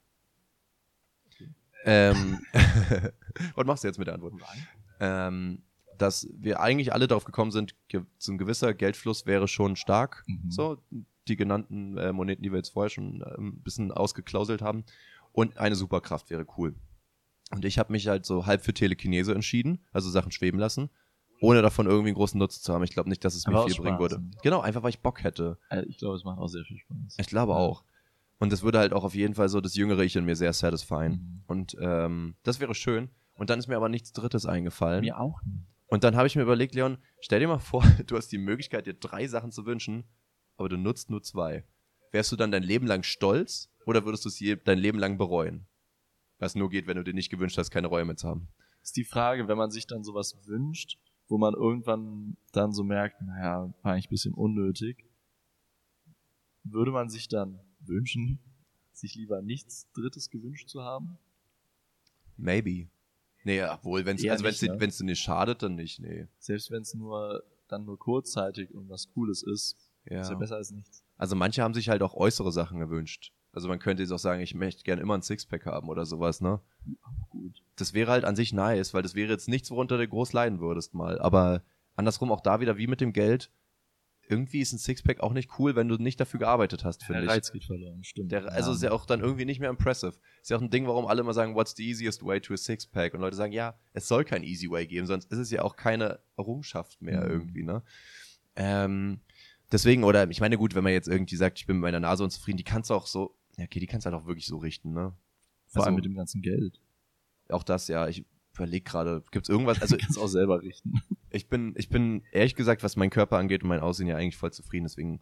Was machst du jetzt mit der Antwort? Dass wir eigentlich alle darauf gekommen sind, so ein gewisser Geldfluss wäre schon stark. So, die genannten Moneten, die wir jetzt vorher schon ein bisschen ausgeklauselt haben. Und eine Superkraft wäre cool. Und ich habe mich halt so halb für Telekinese entschieden, also Sachen schweben lassen, ohne davon irgendwie einen großen Nutzen zu haben. Ich glaube nicht, dass es mir viel bringen würde. Genau, einfach weil ich Bock hätte. Ich glaube, es macht auch sehr viel Spaß. Ich glaube auch. Und das würde halt auch auf jeden Fall so das jüngere Ich in mir sehr satisfyen. Und das wäre schön. Und dann ist mir aber nichts Drittes eingefallen. Mir auch nicht. Und dann habe ich mir überlegt, Leon, stell dir mal vor, du hast die Möglichkeit, dir 3 Sachen zu wünschen, aber du nutzt nur 2. Wärst du dann dein Leben lang stolz oder würdest du es dein Leben lang bereuen? Was nur geht, wenn du dir nicht gewünscht hast, keine Reue mehr zu haben. Ist die Frage, wenn man sich dann sowas wünscht, wo man irgendwann dann so merkt, naja, war eigentlich ein bisschen unnötig, würde man sich dann wünschen, sich lieber nichts Drittes gewünscht zu haben? Maybe. Nee, obwohl, wenn Eher es nicht, ne? dir nicht schadet, dann nicht, nee. Selbst wenn es nur kurzzeitig und was Cooles ist ja besser als nichts. Also manche haben sich halt auch äußere Sachen gewünscht. Also man könnte jetzt auch sagen, ich möchte gerne immer ein Sixpack haben oder sowas, ne? Auch gut. Das wäre halt an sich nice, weil das wäre jetzt nichts, worunter du groß leiden würdest mal. Aber andersrum auch da wieder wie mit dem Geld. Irgendwie ist ein Sixpack auch nicht cool, wenn du nicht dafür gearbeitet hast, finde ich. Der Reiz geht verloren, stimmt. Also ist ja auch dann irgendwie nicht mehr impressive. Ist ja auch ein Ding, warum alle immer sagen, what's the easiest way to a Sixpack? Und Leute sagen, ja, es soll kein easy way geben, sonst ist es ja auch keine Errungenschaft mehr irgendwie, ne? Deswegen, oder ich meine, gut, wenn man jetzt irgendwie sagt, ich bin mit meiner Nase unzufrieden, die kannst du auch so, ja, okay, die kannst du halt auch wirklich so richten, ne? Vor allem mit dem ganzen Geld. Auch das, ja, ich überlege gerade, gibt's irgendwas, also. Du kannst auch selber richten. Ich bin ehrlich gesagt, was meinen Körper angeht und mein Aussehen ja eigentlich voll zufrieden, deswegen,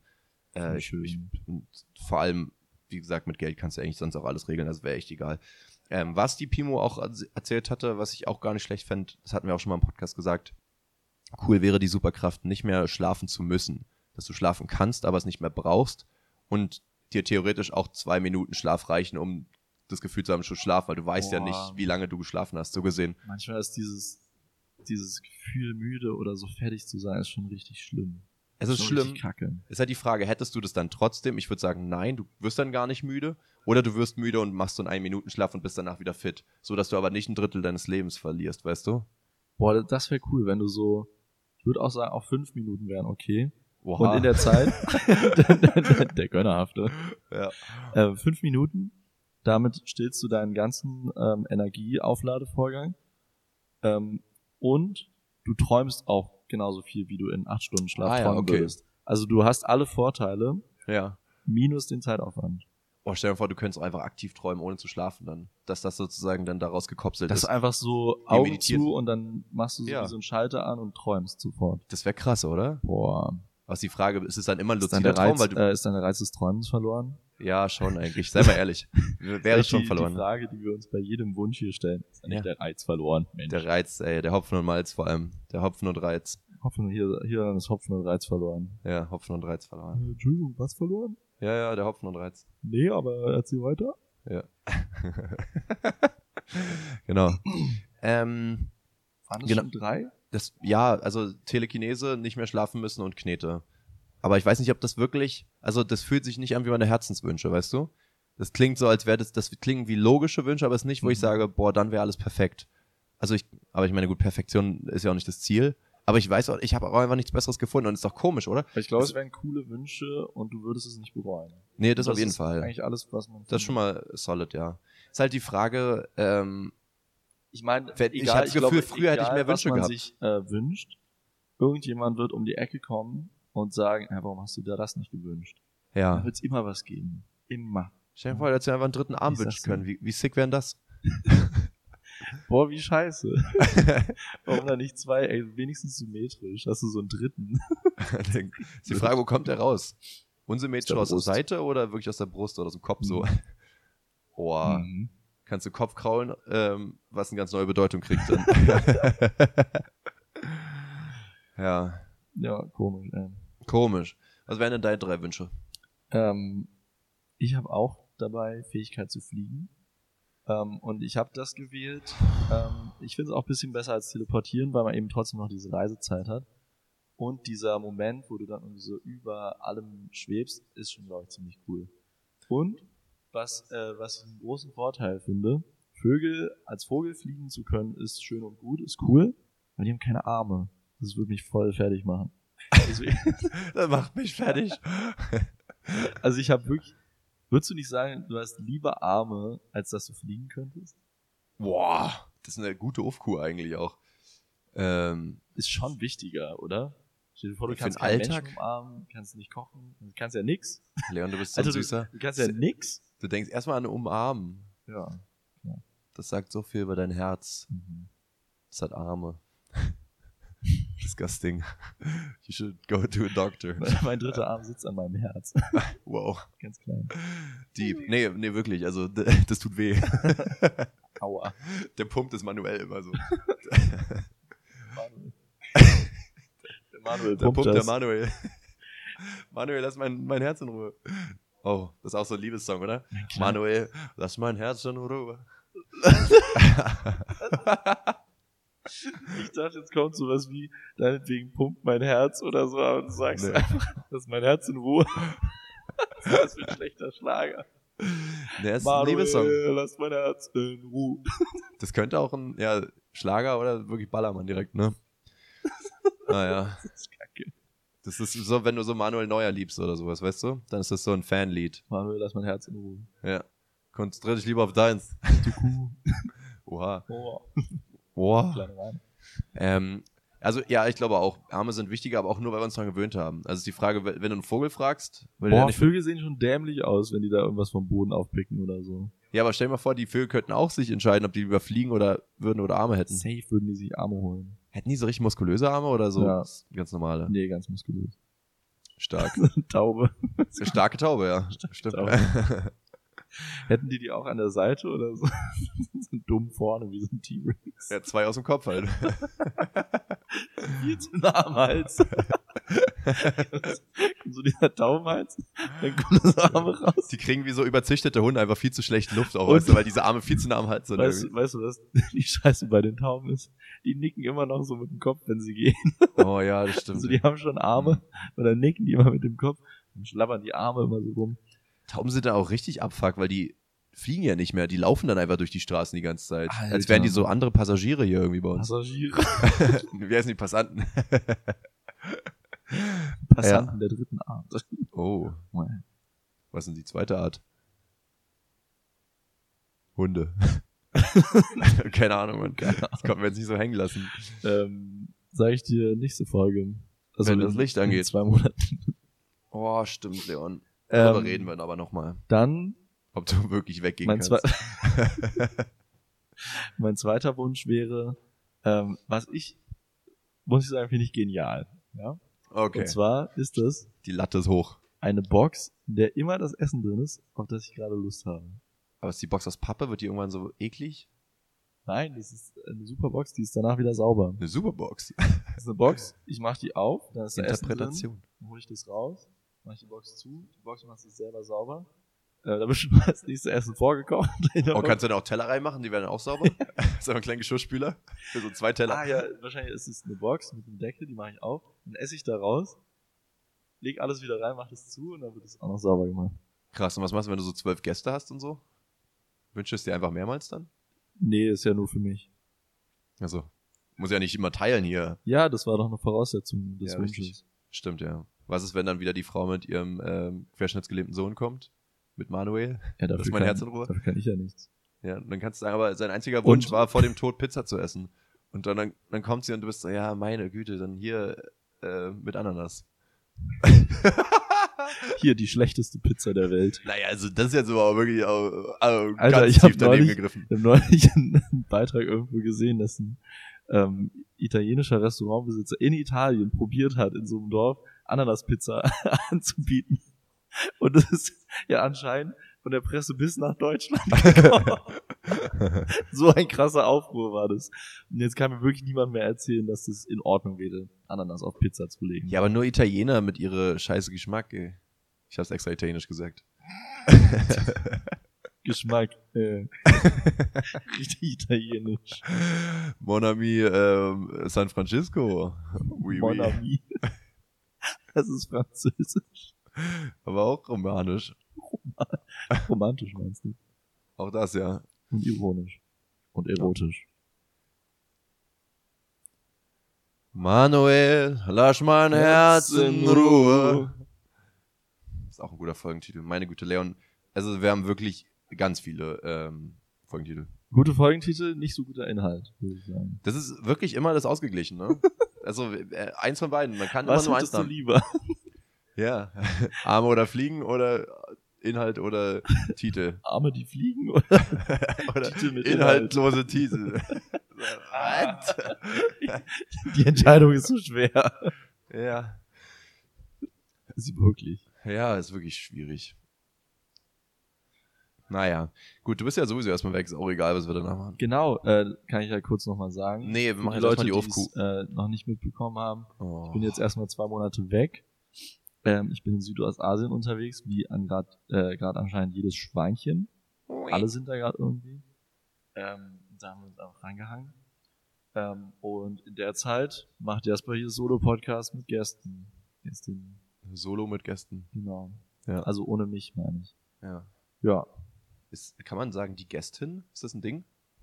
vor allem, wie gesagt, mit Geld kannst du eigentlich sonst auch alles regeln, das wäre echt egal. Was die Pimo auch erzählt hatte, was ich auch gar nicht schlecht fände, das hatten wir auch schon mal im Podcast gesagt, cool wäre die Superkraft, nicht mehr schlafen zu müssen. Dass du schlafen kannst, aber es nicht mehr brauchst und dir theoretisch auch 2 Minuten Schlaf reichen, um das Gefühl zu haben, schon schlafen, weil du weißt ja nicht, wie lange du geschlafen hast, so gesehen. Manchmal ist dieses Gefühl, müde oder so fertig zu sein, ist schon richtig schlimm. Es ist schlimm. Kacke. Ist halt die Frage, hättest du das dann trotzdem? Ich würde sagen, nein, du wirst dann gar nicht müde. Oder du wirst müde und machst so einen 1-Minuten-Schlaf und bist danach wieder fit. So, dass du aber nicht 1/3 deines Lebens verlierst, weißt du? Boah, das wäre cool, wenn du so, ich würde auch sagen, auch 5 Minuten wären okay. Oha. Und in der Zeit, der Gönnerhafte, 5 Minuten, damit stillst du deinen ganzen Energieaufladevorgang und du träumst auch genauso viel, wie du in 8 Stunden Schlaf träumen würdest. Also du hast alle Vorteile, minus den Zeitaufwand. Oh, stell dir vor, du könntest auch einfach aktiv träumen, ohne zu schlafen dann. Dass das sozusagen dann daraus gekopselt ist. Das ist einfach so Augen zu und dann machst du so wie so einen Schalter an und träumst sofort. Das wäre krass, oder? Boah. Was die Frage, ist es dann immer ein luzider Traum? Ist dann der Reiz des Träumens verloren? Ja, schon eigentlich. Sei mal ehrlich. Wäre schon verloren. Die Frage, die wir uns bei jedem Wunsch hier stellen, ist eigentlich der Reiz verloren. Mensch. Der Reiz, der Hopfen und Malz vor allem. Der Hopfen und Reiz. Hier ist Hopfen und Reiz verloren. Ja, Hopfen und Reiz verloren. Entschuldigung, was verloren? Ja, der Hopfen und Reiz. Nee, aber erzähl weiter. Ja. Genau. Waren das schon 3? Also Telekinese, nicht mehr schlafen müssen und Knete. Aber ich weiß nicht, ob das wirklich, also das fühlt sich nicht an wie meine Herzenswünsche, weißt du? Das klingt so, als wäre das klingen wie logische Wünsche, aber es ist nicht, wo ich sage, boah, dann wäre alles perfekt. Aber ich meine, gut, Perfektion ist ja auch nicht das Ziel. Aber ich weiß auch, ich habe auch einfach nichts Besseres gefunden und ist doch komisch, oder? Ich glaube, es wären coole Wünsche und du würdest es nicht bereuen. Nee, das auf jeden Fall. Das ist eigentlich alles, was man... Das ist schon mal solid, ja. Ist halt die Frage, ich meine, ich habe das Gefühl, früher hätte ich mehr Wünsche gehabt. Was man sich wünscht, irgendjemand wird um die Ecke kommen und sagen, warum hast du dir das nicht gewünscht? Ja. Dann wird es immer was geben. Immer. Stell dir vor, du hättest dir einfach einen 3. Arm wünschen können. Wie sick wären das? Boah, wie scheiße. Warum da nicht 2, wenigstens symmetrisch? Hast du so einen 3. Ist die Frage, wo kommt der raus? Unsymmetrisch aus der Seite oder wirklich aus der Brust oder aus dem Kopf so? Boah. Kannst du Kopf kraulen, was eine ganz neue Bedeutung kriegt dann. Ja. Ja, komisch, Komisch. Was wären denn deine 3 Wünsche? Ich habe auch dabei Fähigkeit zu fliegen. Und ich habe das gewählt. Ich finde es auch ein bisschen besser als teleportieren, weil man eben trotzdem noch diese Reisezeit hat. Und dieser Moment, wo du dann irgendwie so über allem schwebst, ist schon, glaube ich, ziemlich cool. Und was ich einen großen Vorteil finde, als Vogel fliegen zu können, ist schön und gut, ist cool, aber die haben keine Arme. Das würde mich voll fertig machen. Das macht mich fertig. Also ich habe wirklich... Würdest du nicht sagen, du hast lieber Arme, als dass du fliegen könntest? Boah, das ist eine gute Aufkur eigentlich auch. Ist schon wichtiger, oder? Stell dir vor, du für kannst den keinen Alltag Menschen umarmen, kannst nicht kochen, du kannst ja nix. Leon, du bist so ein Süßer. Du kannst ja nix. Du denkst erstmal an Umarmen. Ja. Das sagt so viel über dein Herz. Das hat Arme. Disgusting. You should go to a doctor. Mein 3. Arm sitzt an meinem Herz. Wow. Ganz klein. Deep. Nee, wirklich. Also, das tut weh. Aua. Der pumpt es manuell immer so. Der Manuel pumpt der Manuel. Manuel, lass mein Herz in Ruhe. Oh, das ist auch so ein Liebessong, oder? klar. Manuel, lass mein Herz in Ruhe. Ich dachte, jetzt kommt sowas wie, deinetwegen pumpt mein Herz oder so, aber du sagst Nee. einfach, lass mein Herz in Ruhe. Was ist das für ein schlechter Schlager? Der ist ein Liebessong. Lass mein Herz in Ruhe. Das könnte auch ein Schlager oder wirklich Ballermann direkt, ne? Naja. Das ist kacke. Das ist so, wenn du so Manuel Neuer liebst oder sowas, weißt du? Dann ist das so ein Fanlied. Manuel, lass mein Herz in Ruhe. Ja. Konzentrier dich lieber auf deins. Du Kuh. Oha. Oh, Boah. kleine Wein. Also ja, ich glaube auch, Arme sind wichtiger, aber auch nur, weil wir uns daran gewöhnt haben. Also ist die Frage, wenn du einen Vogel fragst, will der Boah, nicht. Vögel sehen schon dämlich aus, wenn die da irgendwas vom Boden aufpicken oder so. Ja, aber stell dir mal vor, die Vögel könnten auch sich entscheiden, ob die lieber fliegen oder würden oder Arme hätten. Safe würden die sich Arme holen. Hätten die so richtig muskulöse Arme oder so? Ja. Ganz normale. Nee, ganz muskulös. Stark. Taube. Eine starke Taube, ja. Stimmt. Taube. Hätten die auch an der Seite oder so? So dumm vorne, wie so ein T-Rex. Ja, 2 aus dem Kopf halt. Viel zu nah am Hals. Kommt so dieser Taubenhals, dann kommen so Arme raus. Die kriegen wie so überzüchtete Hunde einfach viel zu schlecht Luft auf, Und- weißt du, weil diese Arme viel zu nah am Hals sind. Weißt irgendwie. du, was die Scheiße bei den Tauben ist? Die nicken immer noch so mit dem Kopf, wenn sie gehen. Oh ja, das stimmt. Also die haben schon Arme und dann nicken die immer mit dem Kopf und schlabbern die Arme immer so rum. Tauben sind da auch richtig abfuck, weil die fliegen ja nicht mehr. Die laufen dann einfach durch die Straßen die ganze Zeit. Alter. Als wären die so andere Passagiere hier irgendwie bei uns. Passagiere. Wie heißen die Passanten? Passanten der dritten Art. Oh, was sind die zweite Art? Hunde. Keine Ahnung, Mann. Das konnten wir jetzt nicht so hängen lassen. Sag ich dir nächste Folge. Also Wenn das Licht angeht. In 2 Monaten. Oh, stimmt, Leon. Darüber reden wir aber nochmal. Dann Ob du wirklich weggehen mein, kannst. mein zweiter Wunsch wäre, muss ich sagen, finde ich genial. Ja? Okay. Und zwar ist es Die Latte ist hoch. eine Box, in der immer das Essen drin ist, auf das ich gerade Lust habe. Aber ist die Box aus Pappe? Wird die irgendwann so eklig? Nein, das ist eine super Box, die ist danach wieder sauber. Eine Superbox. Das ist eine Box, ich mache die auf, dann ist da Essen drin, Interpretation. dann hole ich das raus, mache ich die Box zu, die Box macht sich selber sauber. Da wird schon mal das nächste Essen vorgekocht. Oh, kannst du da auch Teller reinmachen? Die werden auch sauber? Ist aber ein kleiner Geschirrspüler. Für so 2 Teller. Ah ja, wahrscheinlich ist es eine Box mit einem Deckel, die mache ich auf, dann esse ich da raus, leg alles wieder rein, mach das zu und dann wird es auch noch sauber gemacht. Krass. Und was machst du, wenn du so 12 Gäste hast und so? Wünschst du es dir einfach mehrmals dann? Nee, ist ja nur für mich. Also, muss ja nicht immer teilen hier. Ja, das war doch eine Voraussetzung des Ja, Wunsches. richtig. Stimmt, ja. Was ist, wenn dann wieder die Frau mit ihrem querschnittsgelähmten Sohn kommt? Mit Manuel? Ja, Lass mein Herz in Ruhe. Dafür kann ich ja nichts. Ja, und dann kannst du sagen, aber sein einziger Wunsch Und- war, vor dem Tod Pizza zu essen. Und dann kommt sie und du bist so, ja, meine Güte, dann hier mit Ananas. Hier, die schlechteste Pizza der Welt. Naja, also das ist jetzt aber wirklich Alter, ganz ich hab tief daneben neulich- gegriffen. Ich habe neulich einen Beitrag irgendwo gesehen, dass ein italienischer Restaurantbesitzer in Italien probiert hat, in so einem Dorf Ananaspizza anzubieten. Und das ist ja anscheinend von der Presse bis nach Deutschland gekommen. So ein krasser Aufruhr war das. Und jetzt kann mir wirklich niemand mehr erzählen, dass das in Ordnung wäre, Ananas auf Pizza zu legen. Ja, aber nur Italiener mit ihre scheiße Geschmack, ey. Ich hab's extra italienisch gesagt. Geschmack. Richtig italienisch. Mon ami San Francisco. Oui, Mon oui. ami. Das ist französisch. Aber auch romanisch. Romantisch meinst du? Auch das, ja. Und ironisch. Und erotisch. Manuel, lass mein Herz in Ruhe. Ist auch ein guter Folgentitel. Meine Güte, Leon. Also wir haben wirklich ganz viele Folgentitel. Gute Folgentitel, nicht so guter Inhalt, würde ich sagen. Das ist wirklich immer das ausgeglichen, ne? Also eins von beiden. Man kann Was immer nur eins hättest du haben. lieber? Ja. Arme oder Fliegen oder Inhalt oder Titel. Arme, die fliegen? Oder? Oder Titel mit inhaltlose Titel. Was? Die Entscheidung ist so schwer. Ja. Ist sie wirklich? Ja, ist wirklich schwierig. Naja. Gut, du bist ja sowieso erstmal weg. Ist auch egal, was wir danach machen. Genau, kann ich ja kurz nochmal sagen. Nee, wir Für machen die jetzt erstmal Leute, die die Aufkuh. es noch nicht mitbekommen haben. Oh. Ich bin jetzt erstmal 2 Monate weg. Ich bin in Südostasien unterwegs, wie gerade anscheinend jedes Schweinchen. Alle sind da gerade irgendwie. Da haben wir uns auch reingehangen. Und in der Zeit macht Jasper hier Solo-Podcast mit Gästinnen. Solo mit Gästen. Genau. Ja. Also ohne mich, meine ich. Ja. Ja. Kann man sagen, die Gästin? Ist das ein Ding?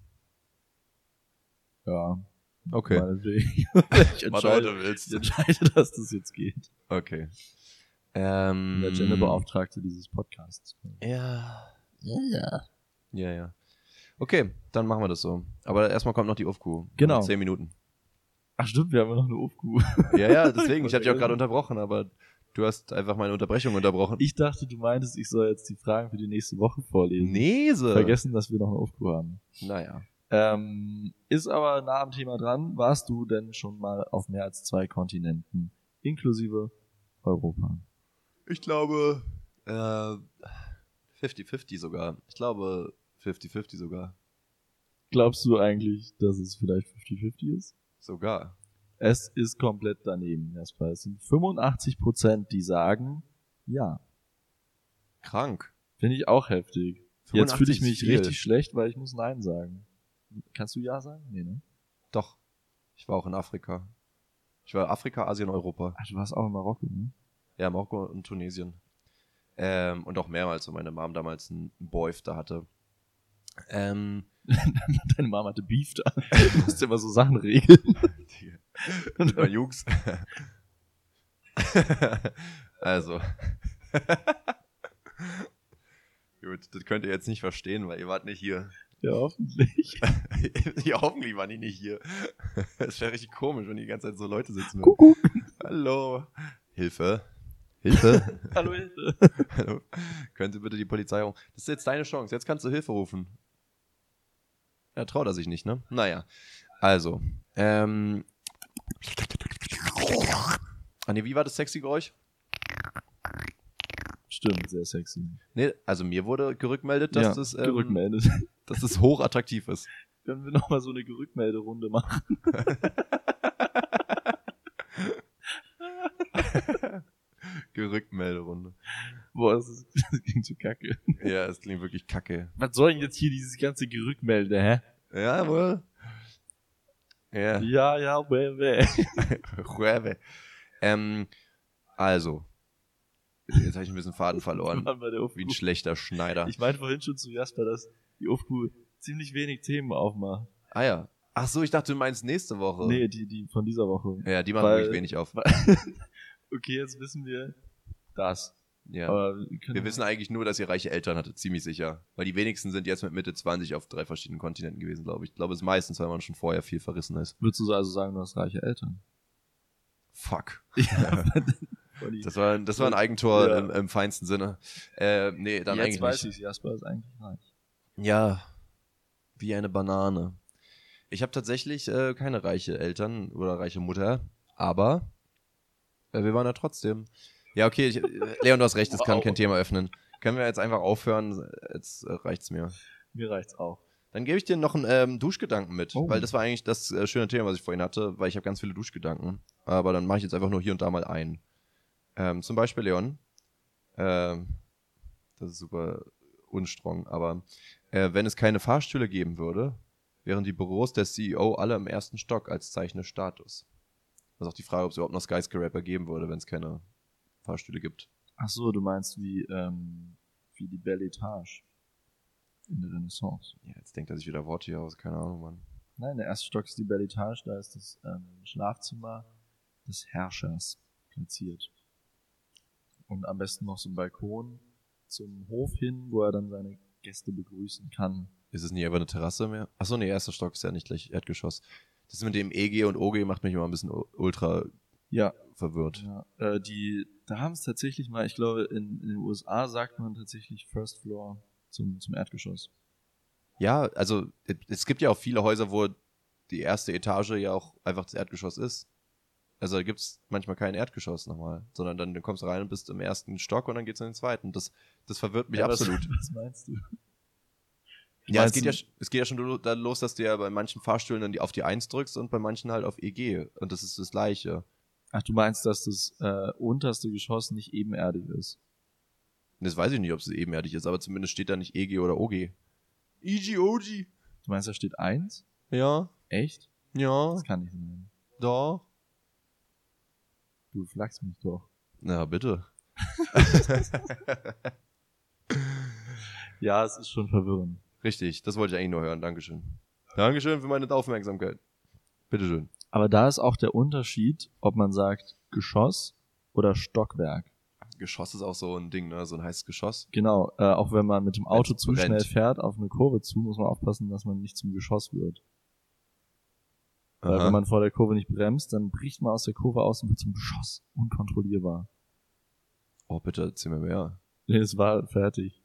Ja. Okay. Meinetwegen. Ich entscheide, dass das jetzt geht. Okay. Der Genderbeauftragte dieses Podcasts. Ja. Ja. Okay, dann machen wir das so. Aber erstmal kommt noch die Ufku. Genau. 10 Minuten. Ach stimmt, wir haben ja noch eine Ufku. Ja, deswegen. Ich habe dich auch gerade unterbrochen, aber du hast einfach meine Unterbrechung unterbrochen. Ich dachte, du meintest, ich soll jetzt die Fragen für die nächste Woche vorlesen. Nese! Vergessen, dass wir noch eine Ufku haben. Naja. Ist aber nah am Thema dran. Warst du denn schon mal auf mehr als 2 Kontinenten, inklusive Europa? Ich glaube 50-50 sogar. Ich glaube 50-50 sogar. Glaubst du eigentlich, dass es vielleicht 50-50 ist? Sogar. Es ist komplett daneben, Jasper. Es sind 85%, die sagen ja. Krank. Finde ich auch heftig. Jetzt fühle ich mich viel. richtig schlecht, weil ich muss Nein sagen. Kannst du Ja sagen? Nee, ne? Doch. Ich war auch in Afrika. Ich war Afrika, Asien, Europa. Ach, du warst auch in Marokko, ne? Ja, Marokko und Tunesien. Und auch mehrmals, weil meine Mom damals einen Boyf da hatte. Deine Mama hatte Beef da. Du musst immer so Sachen regeln. Mit meinen Jungs. Also. Gut, das könnt ihr jetzt nicht verstehen, weil ihr wart nicht hier. Ja, hoffentlich. Ja, hoffentlich waren die nicht hier. Das wäre richtig komisch, wenn die ganze Zeit so Leute sitzen. Kuckuck. Hallo. Hilfe. Hallo, Hilfe. Hallo. Könnte bitte die Polizei rufen? Das ist jetzt deine Chance. Jetzt kannst du Hilfe rufen. Ja, traut er sich nicht, ne? Naja. Also. Wie war das sexy Geräusch? Stimmt, sehr sexy. Nee, also mir wurde gerückmeldet, dass das gerückmeldet. dass das hochattraktiv ist. Können wir nochmal so eine Gerückmelderunde machen? Gerückmelderunde. Boah, das klingt so kacke. Ja, es klingt wirklich kacke. Was soll denn jetzt hier dieses ganze Gerückmelde, hä? Ja, wohl. Ja. Ja, Hueve. Also. Jetzt habe ich ein bisschen Faden verloren. Wie ein schlechter Schneider. Ich meinte vorhin schon zu Jasper, dass die UFQ ziemlich wenig Themen aufmacht. Ah ja. Ach so, ich dachte, du meinst nächste Woche. Nee, die von dieser Woche. Ja, die machen wirklich wenig auf. Okay, jetzt wissen wir das. Ja. Aber wir wissen eigentlich nur, dass ihr reiche Eltern hattet, ziemlich sicher. Weil die wenigsten sind jetzt mit Mitte 20 auf 3 verschiedenen Kontinenten gewesen, glaube ich. Ich glaube, es ist meistens, weil man schon vorher viel verrissen ist. Würdest du also sagen, du hast reiche Eltern? Fuck. Ja. Das war ein Eigentor im feinsten Sinne. Nee, dann jetzt eigentlich weiß nicht. Ich, Jasper ist eigentlich reich. Ja, wie eine Banane. Ich habe tatsächlich keine reiche Eltern oder reiche Mutter, aber wir waren da trotzdem. Ja, okay, Leon, du hast recht, es kann kein Thema öffnen. Können wir jetzt einfach aufhören? Jetzt reicht's mir. Mir reicht's auch. Dann gebe ich dir noch einen Duschgedanken mit, weil das war eigentlich das schöne Thema, was ich vorhin hatte, weil ich habe ganz viele Duschgedanken. Aber dann mache ich jetzt einfach nur hier und da mal einen. Zum Beispiel, Leon, das ist super unstrong, aber wenn es keine Fahrstühle geben würde, wären die Büros der CEO alle im 1. Stock als Zeichen des Status. Das ist auch die Frage, ob es überhaupt noch Skyscraper geben würde, wenn es keine Fahrstühle gibt. Ach so, du meinst wie die Belle Etage in der Renaissance. Ja, jetzt denkt er sich wieder Worte hier aus, keine Ahnung, Mann. Nein, der 1. Stock ist die Belle Etage, da ist das Schlafzimmer des Herrschers platziert. Und am besten noch so ein Balkon zum Hof hin, wo er dann seine Gäste begrüßen kann. Ist es nicht einfach eine Terrasse mehr? Achso, nee, 1. Stock ist ja nicht gleich Erdgeschoss. Das mit dem EG und OG macht mich immer ein bisschen ultra verwirrt. Ja, da haben es tatsächlich mal, ich glaube, in den USA sagt man tatsächlich First Floor zum Erdgeschoss. Ja, also es gibt ja auch viele Häuser, wo die erste Etage ja auch einfach das Erdgeschoss ist. Also da gibt es manchmal kein Erdgeschoss nochmal, sondern dann kommst du rein und bist im 1. Stock und dann geht's in den 2. Das verwirrt mich absolut. Was meinst du? Ja, es geht ja schon da los, dass du ja bei manchen Fahrstühlen dann auf die 1 drückst und bei manchen halt auf EG. Und das ist das Gleiche. Ach, du meinst, dass das unterste Geschoss nicht ebenerdig ist? Das weiß ich nicht, ob es ebenerdig ist, aber zumindest steht da nicht EG oder OG. EG, OG. Du meinst, da steht 1? Ja, Echt? ja, Das kann nicht sein. doch. Du flachst mich doch. Na, bitte. Ja, es ist schon verwirrend. Richtig, das wollte ich eigentlich nur hören. Dankeschön. Dankeschön für meine Aufmerksamkeit. Bitteschön. Aber da ist auch der Unterschied, ob man sagt Geschoss oder Stockwerk. Geschoss ist auch so ein Ding, ne? So ein heißes Geschoss. Genau, auch wenn man mit dem Auto Wenn's zu brennt. schnell fährt, auf eine Kurve zu, muss man aufpassen, dass man nicht zum Geschoss wird. Weil Aha. wenn man vor der Kurve nicht bremst, dann bricht man aus der Kurve aus und wird zum Geschoss. Unkontrollierbar. Oh, bitte, erzähl mir mehr. Nee, es war fertig.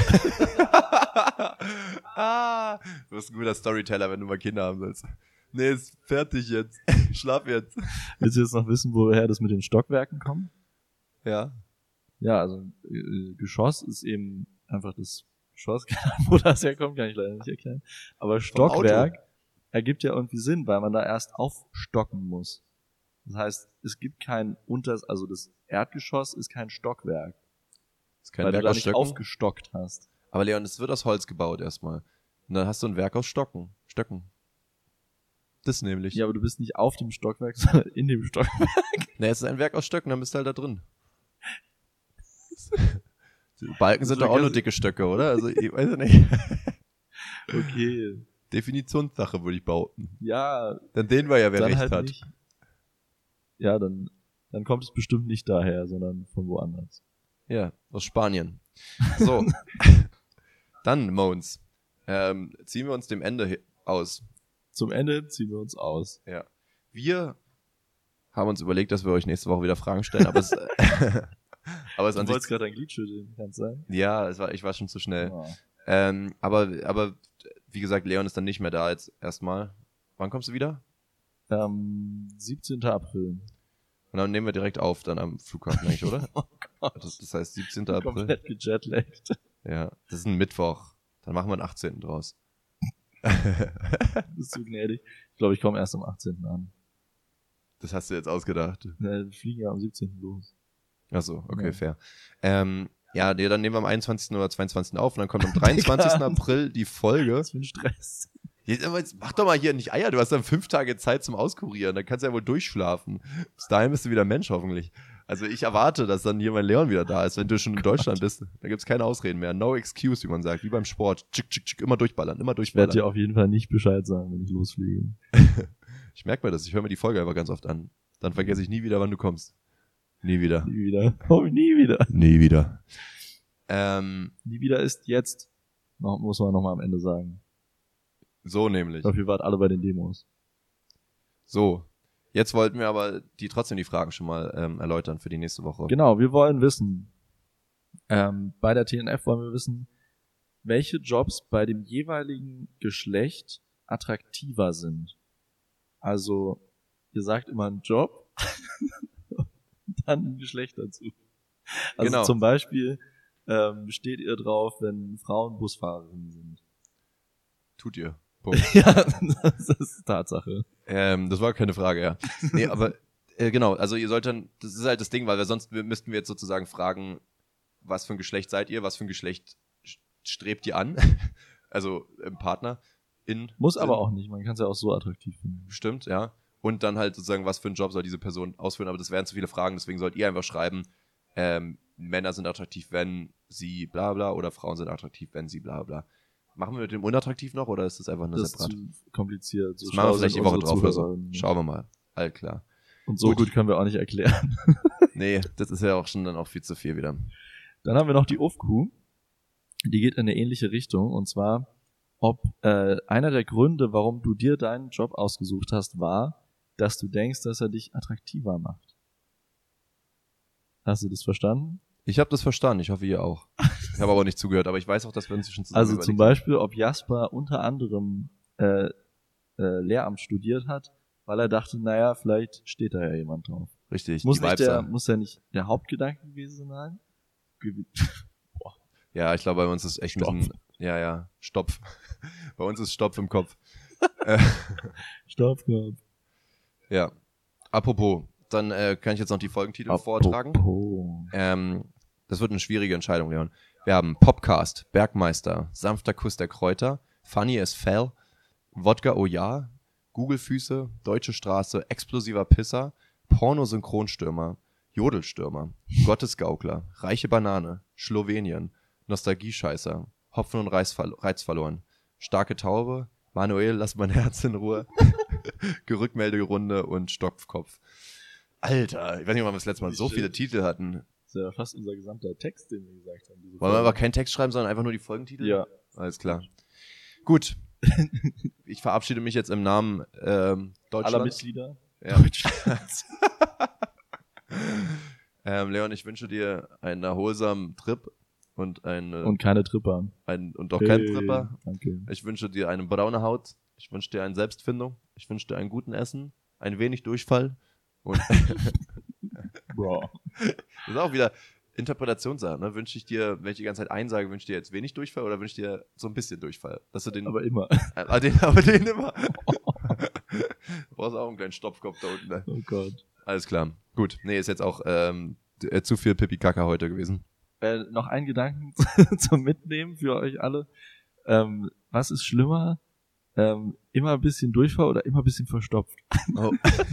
Du bist ein guter Storyteller, wenn du mal Kinder haben willst. Nee, ist fertig jetzt. Schlaf jetzt. Willst du jetzt noch wissen, woher das mit den Stockwerken kommt? Ja. Ja, also Geschoss ist eben einfach das Geschoss. Keine Ahnung, wo das herkommt, kann ich leider nicht erklären. Aber Stockwerk ergibt ja irgendwie Sinn, weil man da erst aufstocken muss. Das heißt, es gibt kein also das Erdgeschoss ist kein Stockwerk, Ist kein weil Werk du da aus nicht Stöcken. aufgestockt hast. Aber Leon, es wird aus Holz gebaut erstmal. Und dann hast du ein Werk aus Stöcken. Das nämlich. Ja, aber du bist nicht auf dem Stockwerk, sondern in dem Stockwerk. Ne, es ist ein Werk aus Stöcken, dann bist du halt da drin. Die Balken sind doch auch nur dicke Stöcke, oder? Also, ich weiß ja nicht. Okay. Definitionssache, würde ich behaupten. Ja, Dann sehen wir ja, wer dann recht halt hat. nicht. Ja, dann kommt es bestimmt nicht daher, sondern von woanders. Ja, aus Spanien. So. Dann, Mons. Ziehen wir uns dem Ende aus. Zum Ende ziehen wir uns aus. Ja. Wir haben uns überlegt, dass wir euch nächste Woche wieder Fragen stellen, aber es, aber es Du an wolltest sich, gerade ein Glied schütteln, kann's sein? ja, ich war schon zu schnell. Oh. Aber wie gesagt, Leon ist dann nicht mehr da jetzt erstmal. Wann kommst du wieder? 17. April. Und dann nehmen wir direkt auf, dann am Flughafen eigentlich, oder? Oh Gott. Das heißt 17. April. Komplett gejetlaggt. Ja, das ist ein Mittwoch. Dann machen wir den 18. draus. Bist du gnädig? Ich glaube, ich komme erst am 18. an. Das hast du jetzt ausgedacht. Wir fliegen ja am 17. los. Achso, okay, Ja. fair. Ja, nee, dann nehmen wir am 21. oder 22. auf und dann kommt am 23. April die Folge. Was für ein Stress. Jetzt mach doch mal hier nicht Eier, du hast dann 5 Tage Zeit zum Auskurieren, dann kannst du ja wohl durchschlafen. Bis dahin bist du wieder Mensch, hoffentlich. Also ich erwarte, dass dann hier mein Leon wieder da ist, wenn du schon in Deutschland bist. Da gibt's keine Ausreden mehr. No excuse, wie man sagt, wie beim Sport. Tschick, tschick, tschick, immer durchballern, immer Ich werde durchballern. dir auf jeden Fall nicht Bescheid sagen, wenn ich losfliege. Ich merke mir das, ich höre mir die Folge einfach ganz oft an. Dann vergesse ich nie wieder, wann du kommst. Nie wieder. Nie wieder. Oh, nie wieder. Nie wieder. Nie wieder ist jetzt. Muss man nochmal am Ende sagen. So nämlich. Ich hoffe, ihr wart alle bei den Demos. So. Jetzt wollten wir aber trotzdem die Fragen schon mal erläutern für die nächste Woche. Genau, wir wollen wissen, bei der TNF wollen wir wissen, welche Jobs bei dem jeweiligen Geschlecht attraktiver sind. Also, ihr sagt immer einen Job, und dann ein Geschlecht dazu. Also Genau. zum Beispiel steht ihr drauf, wenn Frauen Busfahrerinnen sind. Tut ihr. Punkt. Ja, das ist Tatsache. Das war keine Frage, ja. Nee, aber genau, also ihr sollt dann, das ist halt das Ding, weil müssten wir jetzt sozusagen fragen, was für ein Geschlecht seid ihr, was für ein Geschlecht strebt ihr an? Also Partner in. Muss aber auch nicht, man kann es ja auch so attraktiv finden. Stimmt, ja. Und dann halt sozusagen, was für einen Job soll diese Person ausführen, aber das wären zu viele Fragen, deswegen sollt ihr einfach schreiben, Männer sind attraktiv, wenn sie bla bla, oder Frauen sind attraktiv, wenn sie bla bla. Machen wir mit dem unattraktiv noch, oder ist das einfach nur Das ist separat? zu kompliziert. So Das machen wir schlau vielleicht sind die Woche unsere drauf oder so. Zuhörerinnen. Schauen wir mal. All klar. Und so Gut. gut können wir auch nicht erklären. Nee, das ist ja auch schon dann auch viel zu viel wieder. Dann haben wir noch die UFQ. Die geht in eine ähnliche Richtung. Und zwar, ob einer der Gründe, warum du dir deinen Job ausgesucht hast, war, dass du denkst, dass er dich attraktiver macht. Hast du das verstanden? Ich habe das verstanden, ich hoffe ihr auch. Ich habe aber nicht zugehört, aber ich weiß auch, dass wir uns schon zusammen Also zum überlegt Beispiel, ob Jasper unter anderem Lehramt studiert hat, weil er dachte, naja, vielleicht steht da ja jemand drauf. haben. Richtig, Muss die Vibes ja an. nicht der Hauptgedanke gewesen sein? Ja, ich glaube, bei uns ist echt ein Stopf. bisschen... Ja, Stopf. Bei uns ist Stopf im Kopf. Stopp gehabt. Ja. Apropos, dann kann ich jetzt noch die Folgentitel vortragen. Das wird eine schwierige Entscheidung, Leon. Wir haben Popcast, Bergmeister, sanfter Kuss der Kräuter, Funny as Fell, Wodka oh ja, Google-Füße, Deutsche Straße, explosiver Pisser, Porno-Synchronstürmer, Jodelstürmer, Gottesgaukler, reiche Banane, Slowenien, Nostalgiescheißer, Hopfen und Reiz verloren, starke Taube, Manuel, lass mein Herz in Ruhe, Gerückmelderunde und Stockkopf. Alter, ich weiß nicht, ob wir das letzte Mal so viele Titel hatten. Das ist ja fast unser gesamter Text, den wir gesagt haben. Wollen wir aber keinen Text schreiben, sondern einfach nur die Folgentitel? Ja. Alles klar. Gut. Ich verabschiede mich jetzt im Namen Deutschlands. Aller Mitglieder Ja. Deutschlands. Leon, ich wünsche dir einen erholsamen Trip und Und keine Tripper. und doch keinen Tripper. Danke. Ich wünsche dir eine braune Haut. Ich wünsche dir eine Selbstfindung. Ich wünsche dir einen guten Essen, ein wenig Durchfall. Und Bro. das ist auch wieder Interpretationssache, ne? Wünsche ich dir, wenn ich die ganze Zeit einsage, wünsche ich dir jetzt wenig Durchfall oder wünsche ich dir so ein bisschen Durchfall? Dass du den, Aber immer. den immer. Du brauchst auch einen kleinen Stopfkopf da unten. Ne? Oh Gott. Alles klar. Gut. Nee, ist jetzt auch zu viel Pipi-Kaka heute gewesen. Noch ein Gedanken zum Mitnehmen für euch alle. Was ist schlimmer? Immer ein bisschen Durchfall oder immer ein bisschen verstopft? Oh.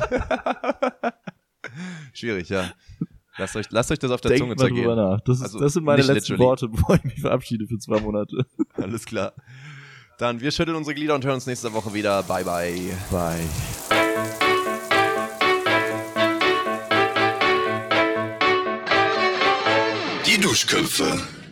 Schwierig, ja. Lasst euch das auf der Denkt Zunge mal zergehen. drüber nach. Das sind meine nicht letzten literally. Worte, bevor ich mich verabschiede für 2 Monate. Alles klar. Dann, wir schütteln unsere Glieder und hören uns nächste Woche wieder. Bye, bye. Bye. Die Duschköpfe.